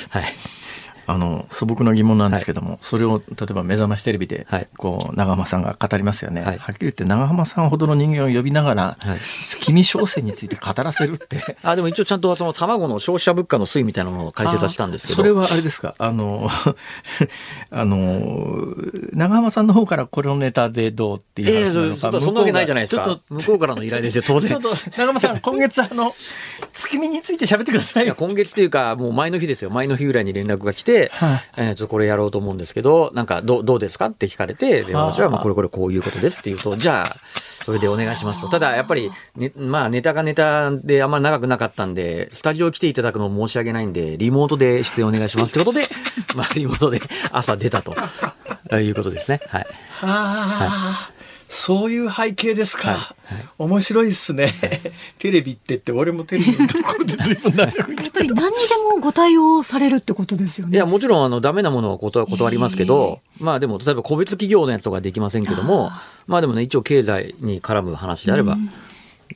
はい。 あの素朴な疑問なんですけども、はい、それを例えば目覚ましテレビでこう長浜さんが語りますよね、はい、はっきり言って長浜さんほどの人間を呼びながら、はい、月見商戦について語らせるってあでも一応ちゃんとその卵の消費者物価の推移みたいなのを解説はしたんですけど、 それはあれですか、あのあの長浜さんの方からこれのネタでどうっていう話なのか、 えー、そんなわけないじゃないですか。ちょっと向こうからの依頼ですよ当然。 ちょっと長浜さん今月あの月見について喋ってくださいよ。 いや今月というかもう前の日ですよ、前の日ぐらいに連絡が来て、はあえー、ちょっとこれやろうと思うんですけど、なんか ど, どうですかって聞かれて、で私はまあこれこれこういうことですって言うと、じゃあそれでお願いしますと。ただやっぱり、ね、まあネタがネタであんま長くなかったんで、スタジオ来ていただくの申し訳ないんでリモートで出演お願いしますってことでまあリモートで朝出たということですね。はい。ははいそういう背景ですか、はいはい、面白いですねテレビってって俺もテレビのところで随分長くやっぱり何にでもご対応されるってことですよね。 いやもちろんあのダメなものは断りますけど、まあでも例えば個別企業のやつとかできませんけども、あまあでもね一応経済に絡む話であれば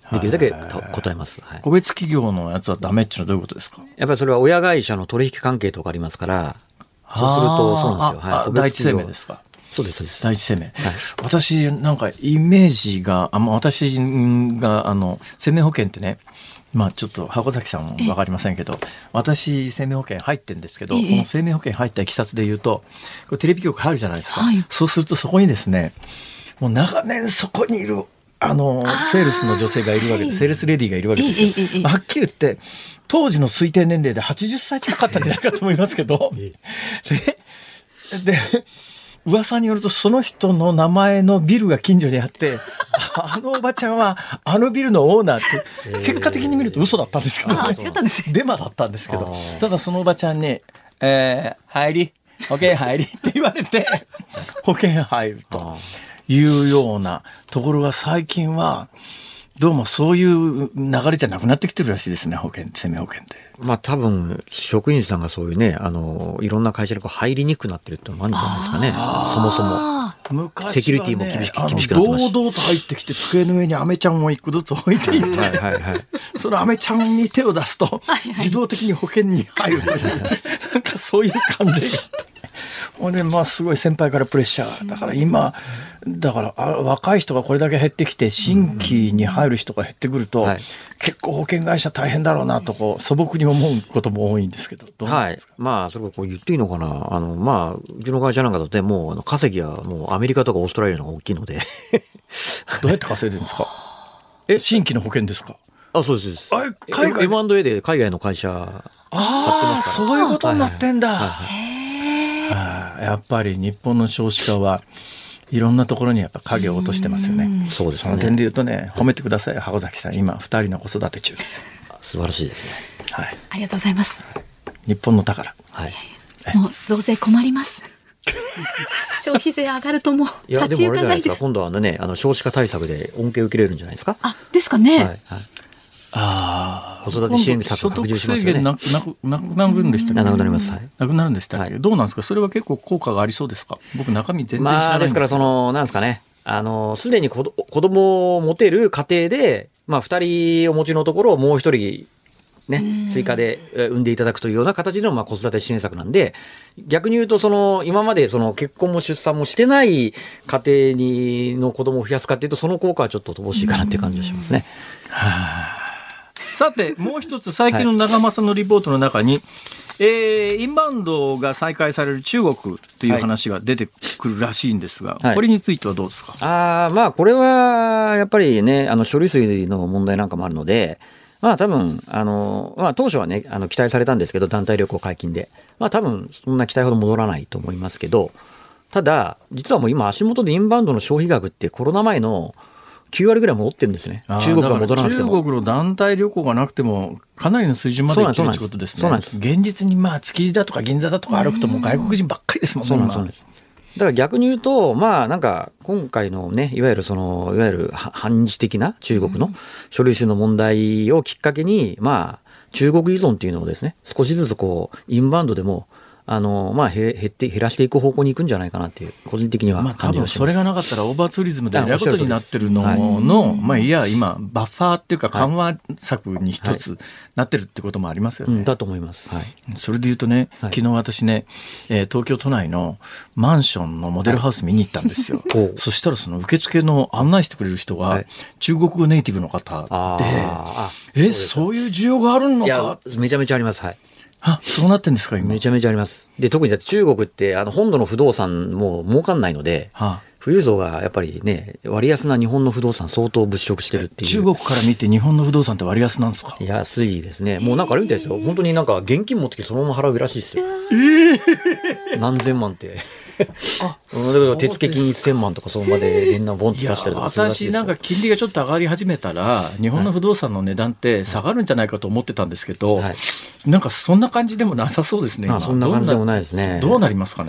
できるだけ答えます、はい、 個別企業のやつはダメっていうのはどういうことですか？ やっぱりそれは親会社の取引関係とかありますから、そうするとそうなんですよ、はい、 第一生命ですか？ そうですそうです。 第一生命、はい、私なんかイメージがあ、まあ、私があの生命保険ってね、まあちょっと箱崎さんも分かりませんけど、私生命保険入ってるんですけど、この生命保険入ったいきさつで言うと、これテレビ局入るじゃないですか、はい、そうするとそこにですね、もう長年そこにいるあのセールスの女性がいるわけで、セールスレディーがいるわけですよ。はっきり言って当時の推定年齢ではちじゅっさい近かったんじゃないかと思いますけどで, で噂によるとその人の名前のビルが近所にあってあのおばちゃんはあのビルのオーナーって結果的に見ると嘘だったんですけど、ね、 あ違ったんです、 デマだったんですけど、ただそのおばちゃんに、えー、入り保険入りって言われて保険入るというようなところが最近はどうもそういう流れじゃなくなってきてるらしいですね、保険、生命保険って。 まあ多分職員さんがそういうね、あのいろんな会社にこう入りにくくなってるってのもあるんじゃないですかね。そもそも昔は、ね、 セキュリティも厳しく厳しくなってました。 堂々と入ってきて机の上にアメちゃんを一個ずつ置いていて、はいはいはい、そのアメちゃんに手を出すと自動的に保険に入るというなんかそういう感じが。俺まあすごい先輩からプレッシャーだから今だからあ若い人がこれだけ減ってきて新規に入る人が減ってくると、うんはい、結構保険会社大変だろうなとこう素朴に思うことも多いんですけど、どうなんですか？ はい、まあそれこう言っていいのかな、あのまあうちの会社なんかだってもうあの稼ぎはもうアメリカとかオーストラリアの方が大きいのでどうやって稼いでるんですか？え新規の保険ですか？ あそうです。あ海外 エムアンドエー で海外の会社買ってますから。 ああそういうことになってんだ。 はいはいはいはいはあ、やっぱり日本の少子化はいろんなところにやっぱ影を落としてますよね。 そうですね。 その点で言うとね、褒めてください箱崎さん、今ふたりの子育て中です。 素晴らしいですね。 はい。 ありがとうございます。 日本の宝。 はい。 もう増税困ります。消費税上がるともう立ち行かないです。いやでもあれじゃないですか。 今度はあのね、あの少子化対策で恩恵を受けれるんじゃないですか。 あですかね。はい。はい、 あ子育て支援策拡充しますよね。 所得制限なくなくなるんでしたっけ？ なくなります。はい。 なくなるんでしたっけ？はい、どうなんですか？それは結構効果がありそうですか？僕中身全然知らないんです。 まあですからそのなんですかね。あのすでに子供を持てる家庭でまあ二人お持ちのところをもう一人ね追加で産んでいただくというような形のまあ子育て支援策なんで、逆に言うとその今までその結婚も出産もしてない家庭にの子供を増やすかというとその効果はちょっと乏しいかなっていう感じがしますね。 はあ。さてもう一つ最近の長政のリポートの中に、はい、えー、インバウンドが再開される中国という話が出てくるらしいんですが、はい、これについてはどうですか？ あまあこれはやっぱりねあの処理水の問題なんかもあるので、まあ多分あの、まあ、当初はねあの期待されたんですけど団体旅行解禁で、まあ多分そんな期待ほど戻らないと思いますけど、ただ実はもう今足元でインバウンドの消費額ってコロナ前のきゅうわりぐらい戻ってるんですね。中国が戻らなくても。 中国の団体旅行がなくてもかなりの水準までいってるってことですね。 そうなんです。 現実にまあ築地だとか銀座だとか歩くともう外国人ばっかりですもんね。 そうなんです。だから逆に言うとまあなんか今回のねいわゆるそのいわゆる反日的な中国の処理水の問題をきっかけにまあ中国依存っていうのをですね少しずつこうインバウンドでもあのまあ、減って減らしていく方向に行くんじゃないかなっていう個人的には感じがします。まあ、多分それがなかったらオーバーツーリズムでえらいことになってるのの、はい、まあ、いや今バッファーっていうか緩和策に一つなってるってこともありますよね。 はいはい、だと思います。はい、 それで言うとね、はい、昨日私ね、えー、東京都内のマンションのモデルハウス見に行ったんですよ。はい、そしたらその受付の案内してくれる人が、はい、中国語ネイティブの方で、あえそういう需要があるのか。いやめちゃめちゃあります。はい。 あ、そうなってんですか今。 めちゃめちゃあります。で特にだって中国ってあの本土の不動産も儲かんないので、はあ、富裕層がやっぱりね割安な日本の不動産相当物色してるっていう。 中国から見て日本の不動産って割安なんですか？ 安いですね。もうなんかあるみたいですよ。本当になんか現金持ってきてそのまま払うらしいですよ。 えー、 何千万って。あだから手付金せんまんとかそのまで現ナボンと出したりとかするらしいですよ。 私なんか金利がちょっと上がり始めたら日本の不動産の値段って下がるんじゃないかと思ってたんですけど、はい、なんかそんな感じでもなさそうですね。 あそんな感じでもないですね。 どうなりますかね。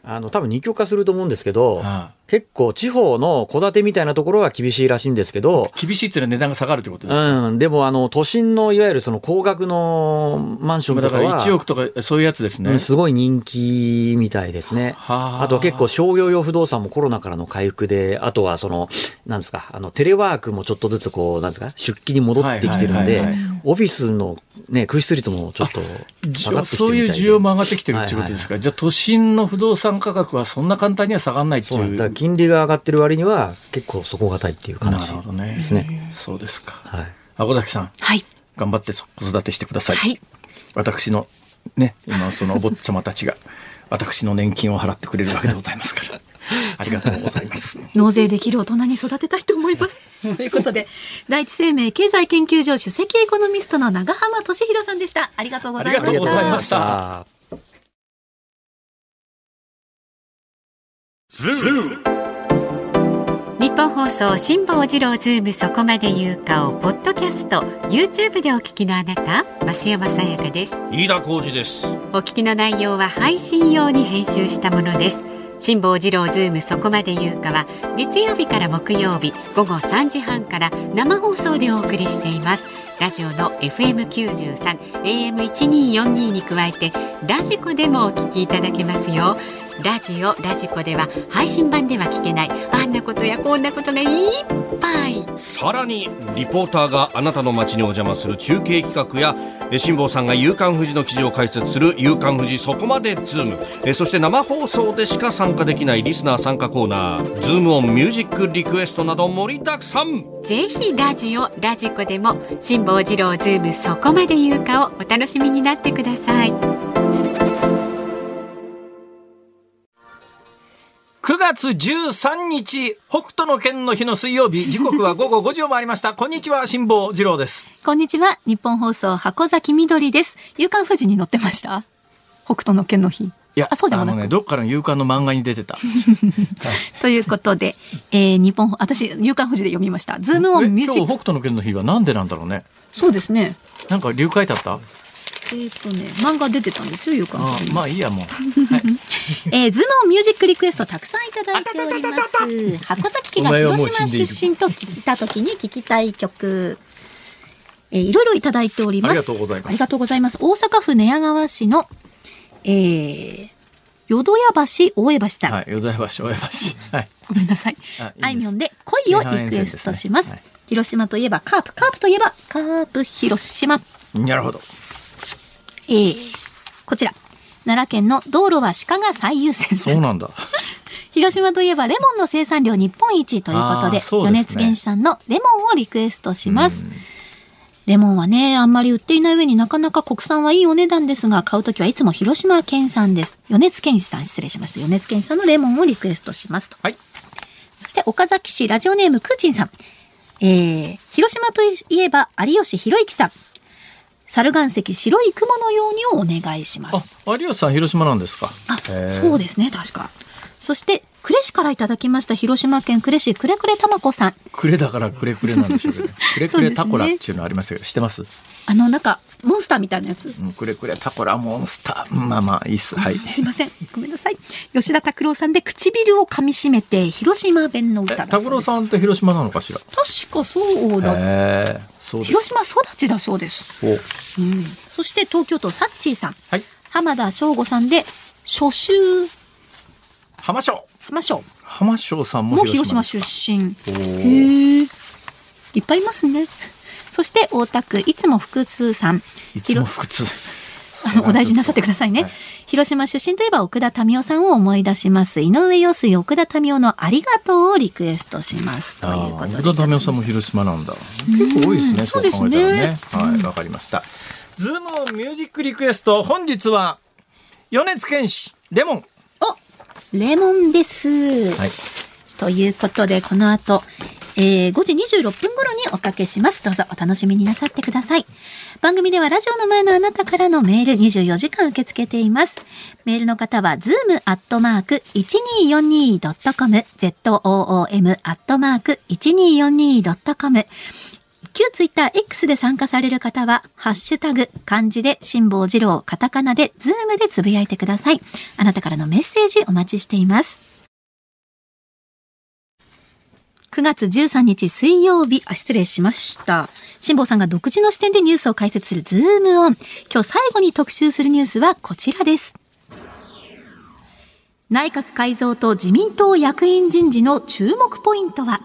あの多分二極化すると思うんですけど、 ああ結構地方の戸建てみたいなところは厳しいらしいんですけど、 厳しいっていうのは値段が下がるってことですか。 うん、でもあの都心のいわゆるその高額のマンションとかはだからいちおくとかそういうやつですね、 うん、すごい人気みたいですね。 はあ、 あとは結構商業用不動産もコロナからの回復で、あとはそのなんですか、あのテレワークもちょっとずつこうなんですか、出勤に戻ってきてるんで、 はいはいはいはい、 オフィスのね空室率もちょっと下がってきてるみたいで、 そういう需要も上がってきてるっていうことですか。はいはいはい、じゃあ都心の不動産価格はそんな簡単には下がらないっていう。 そうだから金利が上がってる割には結構底堅いっていう感じですね。 なるほどね。そうですか。 はい。 箱崎さん、 はい、 頑張って子育てしてください。 はい、 私のね、今そのお坊ちゃまたちが私の年金を払ってくれるわけでございますからありがとうございます。 納税できる大人に育てたいと思いますということで、第一生命経済研究所首席エコノミストの長浜俊弘さんでした。ありがとうございました。 ありがとうございました。 ズー日本放送辛坊治郎ズームそこまで言うかをポッドキャスト YouTube でお聞きのあなた、増山さやかです。 飯田浩司です。 お聞きの内容は配信用に編集したものです。辛坊治郎ズームそこまで言うかは月曜日から木曜日午後さんじはんから生放送でお送りしています。ラジオの エフエムきゅうじゅうさん エーエムせんにひゃくよんじゅうに に加えてラジコでもお聞きいただけますよ。ラジオラジコでは配信版では聞けないあんなことやこんなことがいっぱい。 さらにリポーターがあなたの街にお邪魔する中継企画や辛坊さんが夕刊フジの記事を解説する夕刊フジそこまでズーム、えそして生放送でしか参加できないリスナー参加コーナーズームオンミュージックリクエストなど盛りだくさん。 ぜひラジオラジコでも辛坊治郎ズームそこまで言うかをお楽しみになってください。 くがつじゅうさんにち北斗の拳の日の水曜日、時刻はごごごじを回りましたこんにちは、辛坊治郎です。 こんにちは、日本放送箱崎みどりです。夕刊フジに載ってました、北斗の拳の日。 いや、 あ、そうでもなく、 あのね、どっかの夕刊の漫画に出てた、はい、 ということで、えー、日本私夕刊フジで読みました。ズームオンミュージック。 今日北斗の拳の日はなんでなんだろうね。 そうですね、 なんか理由書いてあった？ えーとね、漫画出てたんですよ、夕刊フジ。 まあいいやもう、はいえー、ズームオンミュージックリクエストたくさんいただいております。箱崎家が広島出身と聞いた時に聞きたい曲、えー、いろいろいただいております。 ありがとうございます。 ありがとうございます。大阪府寝屋川市の、えー、淀屋橋大江橋さん、 はい、淀屋橋大江橋、はい、 ごめんなさい。あいみょんで恋をリクエストします。はい、広島といえばカープ、カープといえばカープ広島。 なるほど。 えー、こちら奈良県の道路は鹿が最優先。 そうなんだ。 広島といえばレモンの生産量日本一ということで、 そうですね、 米津玄師さんのレモンをリクエストします。レモンはね、あんまり売っていない上になかなか国産はいいお値段ですが、買うときはいつも広島県産です。米津玄師さん、失礼しました。米津玄師さんのレモンをリクエストしますと。 はい。 そして岡崎市ラジオネームクーチンさん、えー、広島といえば有吉弘行さん、猿岩石白い雲のようにをお願いします。 あ、有吉さん広島なんですか。 あ、そうですね、確か。そして呉市からいただきました。広島県呉市くれくれたまこさん。 呉だからくれくれなんでしょうけど、くれくれタコラっていうのありましたけど、知ってます？ あのなんかモンスターみたいなやつ。 くれくれタコラモンスター。まあまあいいっす。はい。 すいません、ごめんなさい。吉田拓郎さんで唇を噛み締めて広島弁の歌だそうです。 拓郎さんって広島なのかしら。 確かそうだ。 へー。 広島育ちだそうです。お、うん、そして東京都サッチーさん、はい、浜田省吾さんで初秋。 浜省浜省浜省さんも広島出身。へえ、いっぱいいますね。そして大田区いつも複数さん、 いつも複数あのお大事なさってくださいね、はい、広島出身といえば奥田民生さんを思い出します。井上陽水奥田民生のありがとうをリクエストしますということで。 奥田民生さんも広島なんだ。結構多いですね。そうですね。そう考えたらね。はい、わかりました。ズームオンミュージックリクエスト、本日は米津玄師レモン。 お、レモンです、はい、ということでこの後、えー、ごじにじゅうろっぷん頃におかけします。どうぞお楽しみになさってください。番組ではラジオの前のあなたからのメールにじゅうよじかん受け付けています。メールの方は ズーム アットマーク いちにーよんにー ドットコム ズーム アットマーク いちにーよんにー ドットコム旧ツイッター X で参加される方は、ハッシュタグ、漢字で辛坊治郎、カタカナでズームでつぶやいてください。あなたからのメッセージお待ちしています。くがつじゅうさんにち水曜日、あ、失礼しました。辛坊さんが独自の視点でニュースを解説するズームオン。今日最後に特集するニュースはこちらです。内閣改造と自民党役員人事の注目ポイントは。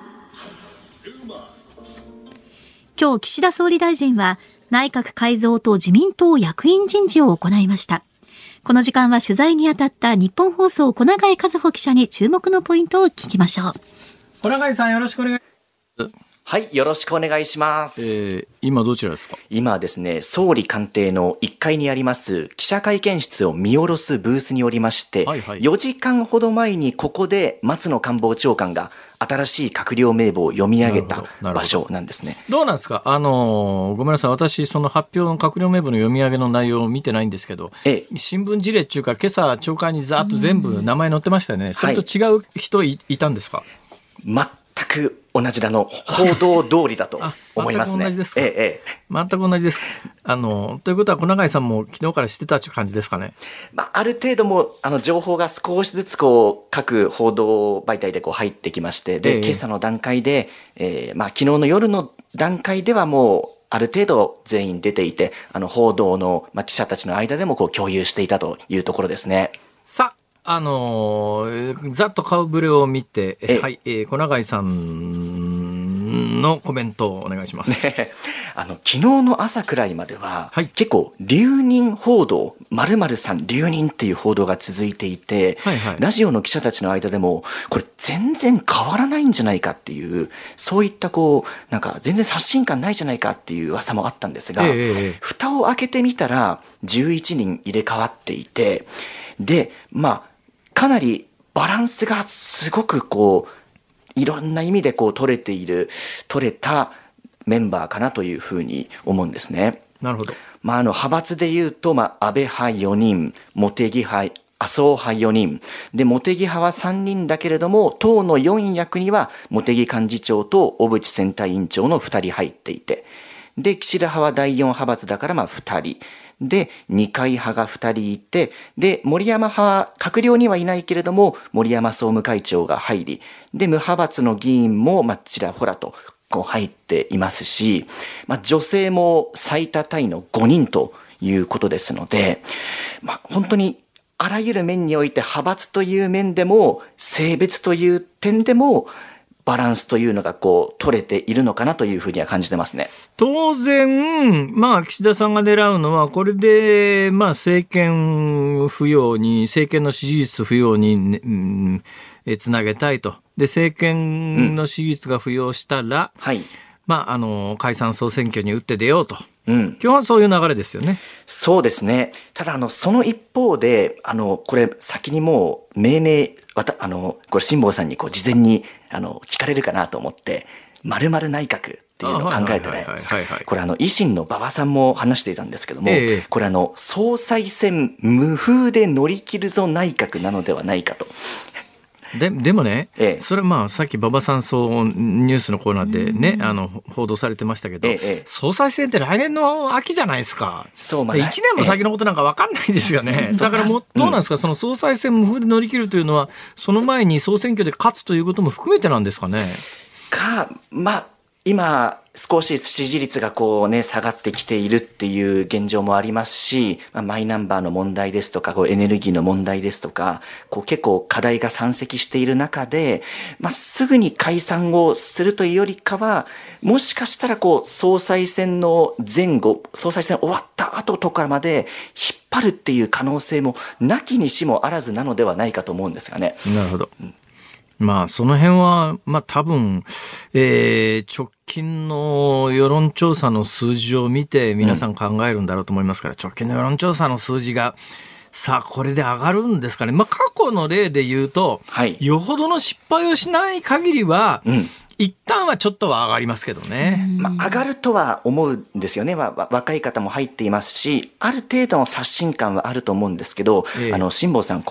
今日岸田総理大臣は内閣改造と自民党役員人事を行いました。この時間は取材に当たった日本放送小永井和穂記者に注目のポイントを聞きましょう。 小永井さん、よろしくお願いします。 はい、よろしくお願いします。 えー、今どちらですか？ 今ですね、総理官邸のいっかいにあります記者会見室を見下ろすブースにおりまして、はいはい、よじかんほど前にここで松野官房長官が新しい閣僚名簿を読み上げた場所なんですね。 どうなんですか？あのごめんなさい、私その発表の閣僚名簿の読み上げの内容を見てないんですけど、ええ、新聞事例っていうか今朝朝刊にざーっと全部名前載ってましたよね。それと違う人 い,、はい、いたんですか？ 全く同じだの報道通りだと思いますね。 全く同じですか？ ええ、 全く同じです。あのということは小永井さんも昨日から知ってたという感じですかね。 まあ、ある程度もあの情報が少しずつこう各報道媒体でこう入ってきまして、で、ええ、今朝の段階で、えーまあ、昨日の夜の段階ではもうある程度全員出ていて、あの報道の、まあ、記者たちの間でもこう共有していたというところですね。 さああのー、ざっと顔ぶれを見て、えはい、えー、小永井さんのコメントをお願いします。 ね、あの昨日の朝くらいまでは、はい、結構留任報道、〇〇さん留任っていう報道が続いていて、はいはい、ラジオの記者たちの間でもこれ全然変わらないんじゃないかっていう、そういったこうなんか全然刷新感ないじゃないかっていう噂もあったんですが、えー、蓋を開けてみたらじゅういちにん入れ替わっていて、でまあかなりバランスがすごくこういろんな意味でこう取れている取れたメンバーかなというふうに思うんですね。 なるほど。 まあ、あの派閥でいうと、まあ、安倍派よにん、茂木派、麻生派よにんで、茂木派はさんにんだけれども党のよん役には茂木幹事長と小渕選対委員長のふたり入っていて、で岸田派はだいよん派閥だからまあふたりで、二階派がふたりいて、で森山派は閣僚にはいないけれども森山総務会長が入り、で無派閥の議員もまあちらほらとこう入っていますし、まあ、女性も最多タイのごにんということですので、まあ、本当にあらゆる面において派閥という面でも性別という点でもバランスというのがこう取れているのかなというふうには感じてますね。当然、まあ、岸田さんが狙うのはこれで、まあ、政権浮揚に政権の支持率浮揚に、ね、うんえつなげたいと。で政権の支持率が浮揚したら、うんはいまあ、あの解散総選挙に打って出ようと、うん、基本はそういう流れですよね。 そうですね。ただあのその一方であのこれ先にもう命名わたあのこれ辛坊さんにこう事前にあの聞かれるかなと思って〇〇内閣っていうのを考えてね、これあの維新の馬場さんも話していたんですけども、ええ、これあの総裁選無風で乗り切るぞ内閣なのではないかと。 で, でもね、ええ、それまあさっき馬場さんそうニュースのコーナーでね、あの報道されてましたけど、ええ、総裁選って来年の秋じゃないですか。そうまあ、いちねんも先のことなんか分かんないですよね。ええ、だからもうどうなんですか、うん、その総裁選無風で乗り切るというのはその前に総選挙で勝つということも含めてなんですかね。 かまあ今少し支持率がこうね下がってきているっていう現状もありますし、まあ、マイナンバーの問題ですとかこうエネルギーの問題ですとかこう結構課題が山積している中で、まあ、すぐに解散をするというよりかはもしかしたらこう総裁選の前後総裁選終わった後とかまで引っ張るっていう可能性もなきにしもあらずなのではないかと思うんですがね。 なるほど、うんまあ、その辺は、まあ、多分、えー、直近の世論調査の数字を見て皆さん考えるんだろうと思いますから、うん、直近の世論調査の数字がさあこれで上がるんですかね。まあ、過去の例で言うと、はい、よほどの失敗をしない限りは、うん一旦はちょっとは上がりますけどね、 まあ、上がるとは思うんですよね。若い方も入っていますしある程度の刷新感はあると思うんですけど、ええ、あの辛坊さんこの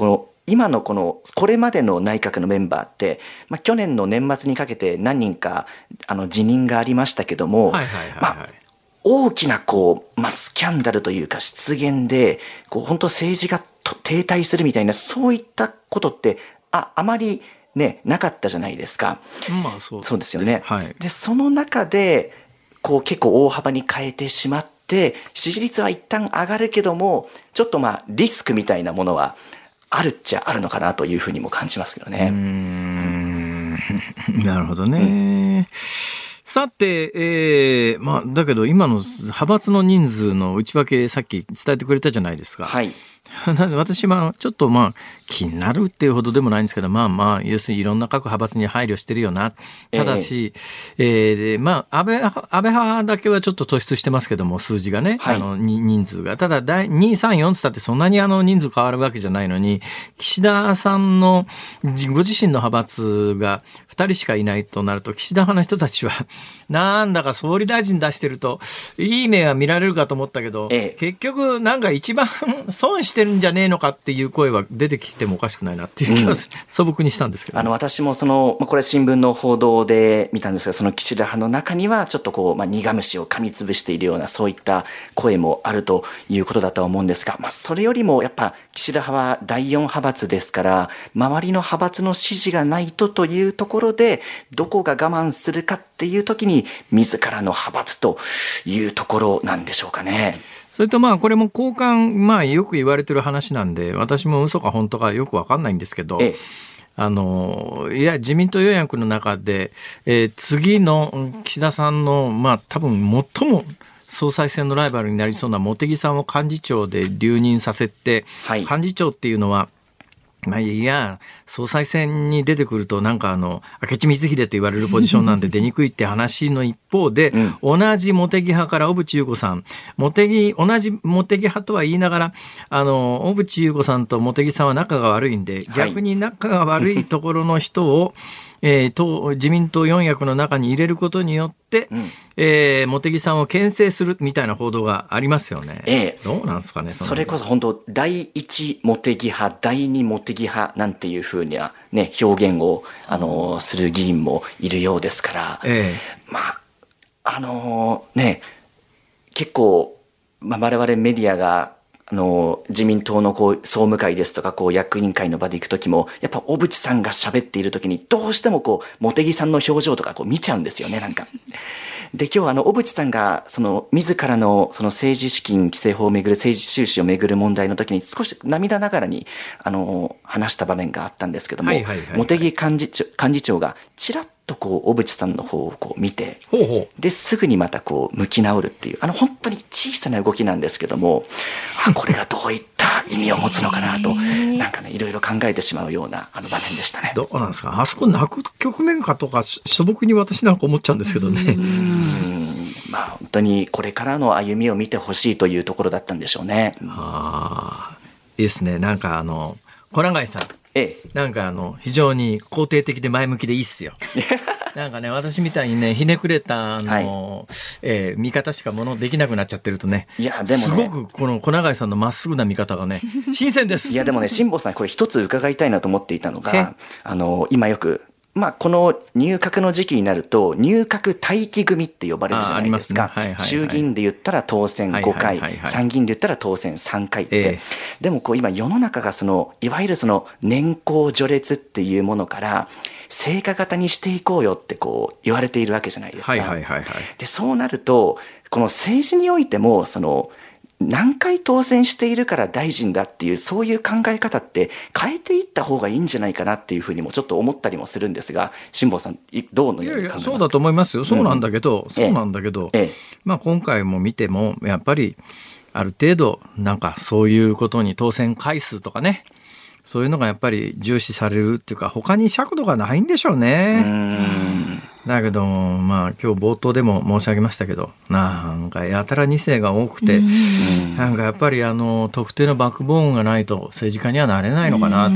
今のこのこれまでの内閣のメンバーって、まあ、去年の年末にかけて何人かあの辞任がありましたけども、 はいはいはいはい、 まあ大きなこう、まあ、スキャンダルというか失言でこう本当政治が停滞するみたいなそういったことってああまり、ね、なかったじゃないですか。 まあ、そうです、 そうですよね。 はい、 でその中でこう結構大幅に変えてしまって支持率は一旦上がるけどもちょっとまあリスクみたいなものはあるっちゃあるのかなというふうにも感じますけどね。 うーんなるほどね。うんさて、えー、まあ、だけど今の派閥の人数の内訳さっき伝えてくれたじゃないですか。 はい。 私はちょっとまあ気になるっていうほどでもないんですけど、まあまあ要するにいろんな各派閥に配慮してるよな。ただし、えー、えー、まあ安倍安倍派だけはちょっと突出してますけども数字がね、はい、あの人数がただに、さん、よんつったってそんなにあの人数変わるわけじゃないのに、岸田さんのご自身の派閥がふたりしかいないとなると岸田派の人たちはなんだか総理大臣出してるといい目が見られるかと思ったけど、ええ、結局なんか一番損してるんじゃねえのかっていう声は出てきてもおかしくないなっていう気が、うん、素朴にしたんですけど、ね、 あの私もそのこれ新聞の報道で見たんですがその岸田派の中にはちょっとこう、まあ、苦虫を噛みつぶしているようなそういった声もあるということだとは思うんですが、まあ、それよりもやっぱ岸田派はだいよん派閥ですから周りの派閥の支持がないとというところでどこが我慢するかっていう時に自らの派閥というところなんでしょうかね。 それとまあこれも交換、まあよく言われてる話なんで私も嘘か本当かよく分かんないんですけど、ええ、あのいや自民党四役の中で、えー、次の岸田さんのまあ多分最も総裁選のライバルになりそうな茂木さんを幹事長で留任させて、はい、幹事長っていうのはまあいや総裁選に出てくるとなんかあの明智光秀と言われるポジションなんで出にくいって話の一方で、うん、同じ茂木派から小渕優子さん茂木同じ茂木派とは言いながらあの小渕優子さんと茂木さんは仲が悪いんで、はい、逆に仲が悪いところの人をえー、党自民党四役の中に入れることによって、うんえー、茂木さんを牽制するみたいな報道がありますよね。えー、どうなんですかね。 それこそ本当だいいち茂木派だいに茂木派なんていうふうな、ね、表現を、あのー、する議員もいるようですから、えー、まああのー、ね結構、まあ、我々メディアがあの自民党のこう総務会ですとかこう役員会の場で行く時もやっぱ小渕さんが喋っている時にどうしてもこう茂木さんの表情とかこう見ちゃうんですよねなんか。で今日あの小渕さんがその自らのその政治資金規正法をめぐる政治収支をめぐる問題の時に少し涙ながらにあの話した場面があったんですけども、はいはいはいはい、茂木幹事長、幹事長がちらっとこう小渕さんの方をこう見てほうほうですぐにまたこう向き直るっていうあの本当に小さな動きなんですけどもあこれがどういった意味を持つのかなとなんかねいろいろ考えてしまうようなあの場面でしたね。 どうなんですかあそこ泣く局面かとか素朴に私なんか思っちゃうんですけどね。うんまあ本当にこれからの歩みを見てほしいというところだったんでしょうね。 あいいですね。なんかあの小永井さんええ、 なんかあの非常に肯定的で前向きでいいっすよ。なんかね私みたいにねひねくれたあの、はいえー、見方しかものできなくなっちゃってるとね、いやでもねすごくこの小永井さんのまっすぐな見方がね新鮮です。 いやでもね辛坊さんこれ一つ伺いたいなと思っていたのがあの今よくまあ、この入閣の時期になると入閣待機組って呼ばれるじゃないですか。あありますね。はいはいはい、衆議院で言ったら当選ごかい、はいはいはいはい、参議院で言ったら当選さんかいって、えー、でもこう今世の中がそのいわゆるその年功序列っていうものから成果型にしていこうよってこう言われているわけじゃないですか。はいはいはいはい、でそうなるとこの政治においてもその何回当選しているから大臣だっていうそういう考え方って変えていった方がいいんじゃないかなっていうふうにもちょっと思ったりもするんですが辛坊さんどうのように考えますか。いやいやそうだと思いますよ。そうなんだけど、うん、そうなんだけど、ええまあ、今回も見てもやっぱりある程度なんかそういうことに当選回数とかねそういうのがやっぱり重視されるっていうか他に尺度がないんでしょうね。うーんだけどまあ今日冒頭でも申し上げましたけどなんかやたらに世が多くてなんかやっぱりあの特定のバックボーンがないと政治家にはなれないのかなと。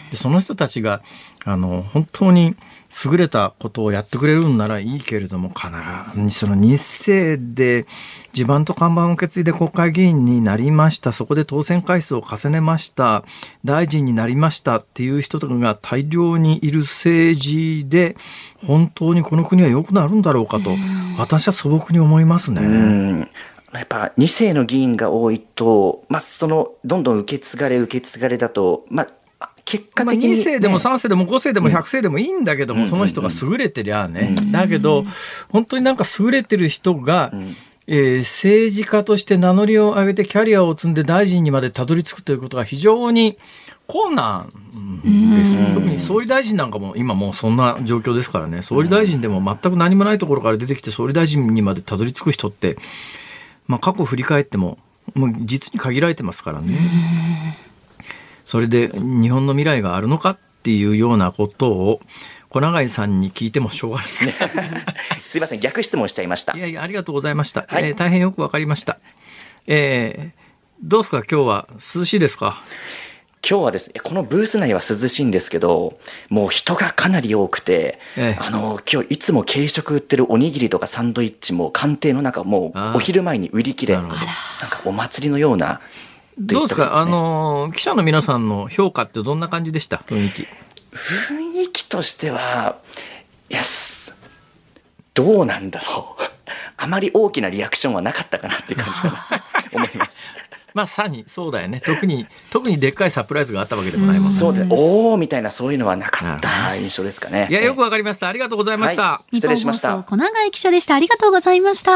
でその人たちがあの本当に優れたことをやってくれるんならいいけれども、必ずその日生で地盤と看板を受け継いで国会議員になりました、そこで当選回数を重ねました、大臣になりましたっていう人とかが大量にいる政治で本当にこの国は良くなるんだろうかと私は素朴に思いますね。 うんやっぱに世の議員が多いと、まあ、そのどんどん受け継がれ受け継がれだと、まあ結果的に、ね、 に世でもさん世でもご世でもひゃく世でもいいんだけども、うん、その人が優れてりゃね、うん、だけど本当になんか優れてる人が、うんえー、政治家として名乗りを上げてキャリアを積んで大臣にまでたどり着くということが非常に困難です。特に総理大臣なんかも今もうそんな状況ですからね。総理大臣でも全く何もないところから出てきて総理大臣にまでたどり着く人って、まあ、過去を振り返ってももう実に限られてますからね。それで日本の未来があるのかっていうようなことを小永井さんに聞いてもしょうがないすいません、逆質問しちゃいました。 いやいや、ありがとうございました、 はいえー、大変よくわかりました、えー、どうですか今日は涼しいですか？ 今日はですね、このブース内は涼しいんですけど、もう人がかなり多くて、 ええ、 あの今日いつも軽食売ってるおにぎりとかサンドイッチも官邸の中もうお昼前に売り切れ、なんかお祭りのような。 どうですか、あの記者の皆さんの評価ってどんな感じでした？雰囲気雰囲気としては、いやどうなんだろうあまり大きなリアクションはなかったかなっていう感じかな思いますまさにそうだよね。特に特にでっかいサプライズがあったわけでもないもんね。 そうで、おーみたいなそういうのはなかった印象ですかね。 いや、よくわかりました。ありがとうございました、 はい、失礼しました。 日本放送小永井記者でした。ありがとうございました。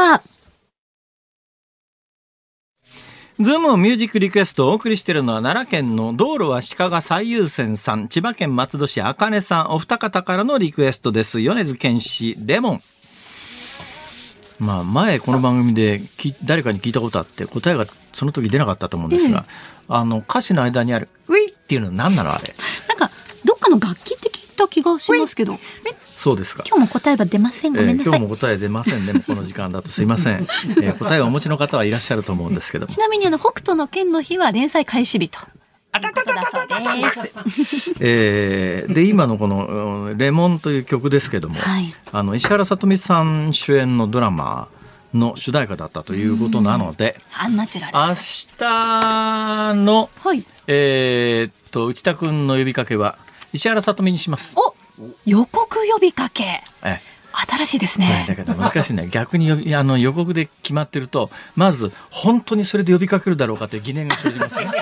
ズームミュージックリクエストをお送りしているのは奈良県の道路は鹿が最優先さん、千葉県松戸市あかねさん、お二方からのリクエストです。米津玄師レモン。まあ前この番組で誰かに聞いたことあって答えがその時出なかったと思うんですが、うん、あの歌詞の間にあるウィーっていうのは何なのあれ？ なんかどっかの楽器って聞いた気がしますけど。 そうですか。 今日も答えは出ません。ごめんなさい。 えー、今日も答え出ませんね。この時間だとすいません、えー、答えをお持ちの方はいらっしゃると思うんですけども。 ちなみにあの北斗の拳の日は連載開始日ということだそうです。 えー、で今のこのレモンという曲ですけども、はい、あの石原さとみさん主演のドラマの主題歌だったということなので、 アンナチュラル。 明日の、はい、えー、っと内田君の呼びかけは石原さとみにします。 お、予告呼びかけ、 ええ、 新しいですね。 だけど難しいね。逆に呼びあの予告で決まってるとまず本当にそれで呼びかけるだろうかという疑念が生じますね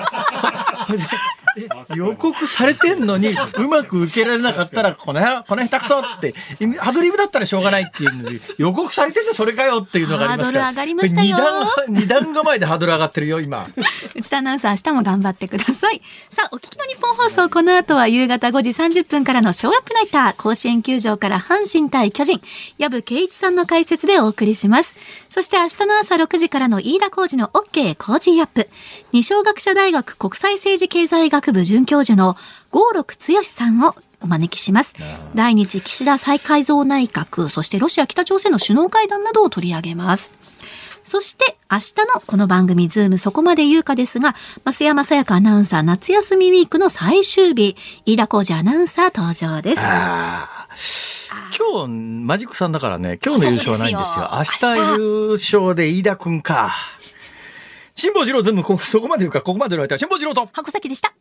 予告されてんのにうまく受けられなかったらこの辺この下手くそってアドリブだったらしょうがないっていうので予告されててそれかよっていうのがありますから、 ハードル上がりましたよ。 二段二段構えでハードル上がってるよ今。 内田アナウンサー明日も頑張ってください。さあお聞きの日本放送、この後は夕方ごじさんじゅっぷんからのショーアップナイター、甲子園球場から阪神対巨人、藪圭一さんの解説でお送りします。そして明日の朝ろくじからの飯田浩司の OK 工事アップ、二松学舎大学国際政治経済学部准教授の郷六剛さんをお招きします。来日岸田再改造内閣、そしてロシア北朝鮮の首脳会談などを取り上げます。そして明日のこの番組ズームそこまで言うかですが、増山さやかアナウンサー夏休みウィークの最終日、飯田浩司アナウンサー登場です。 あ今日マジックさんだからね、今日の優勝はないんですよ。明日優勝で飯田くんか。辛坊治郎ズームそこまで言うか、ここまでの間は辛坊治郎と箱崎でした。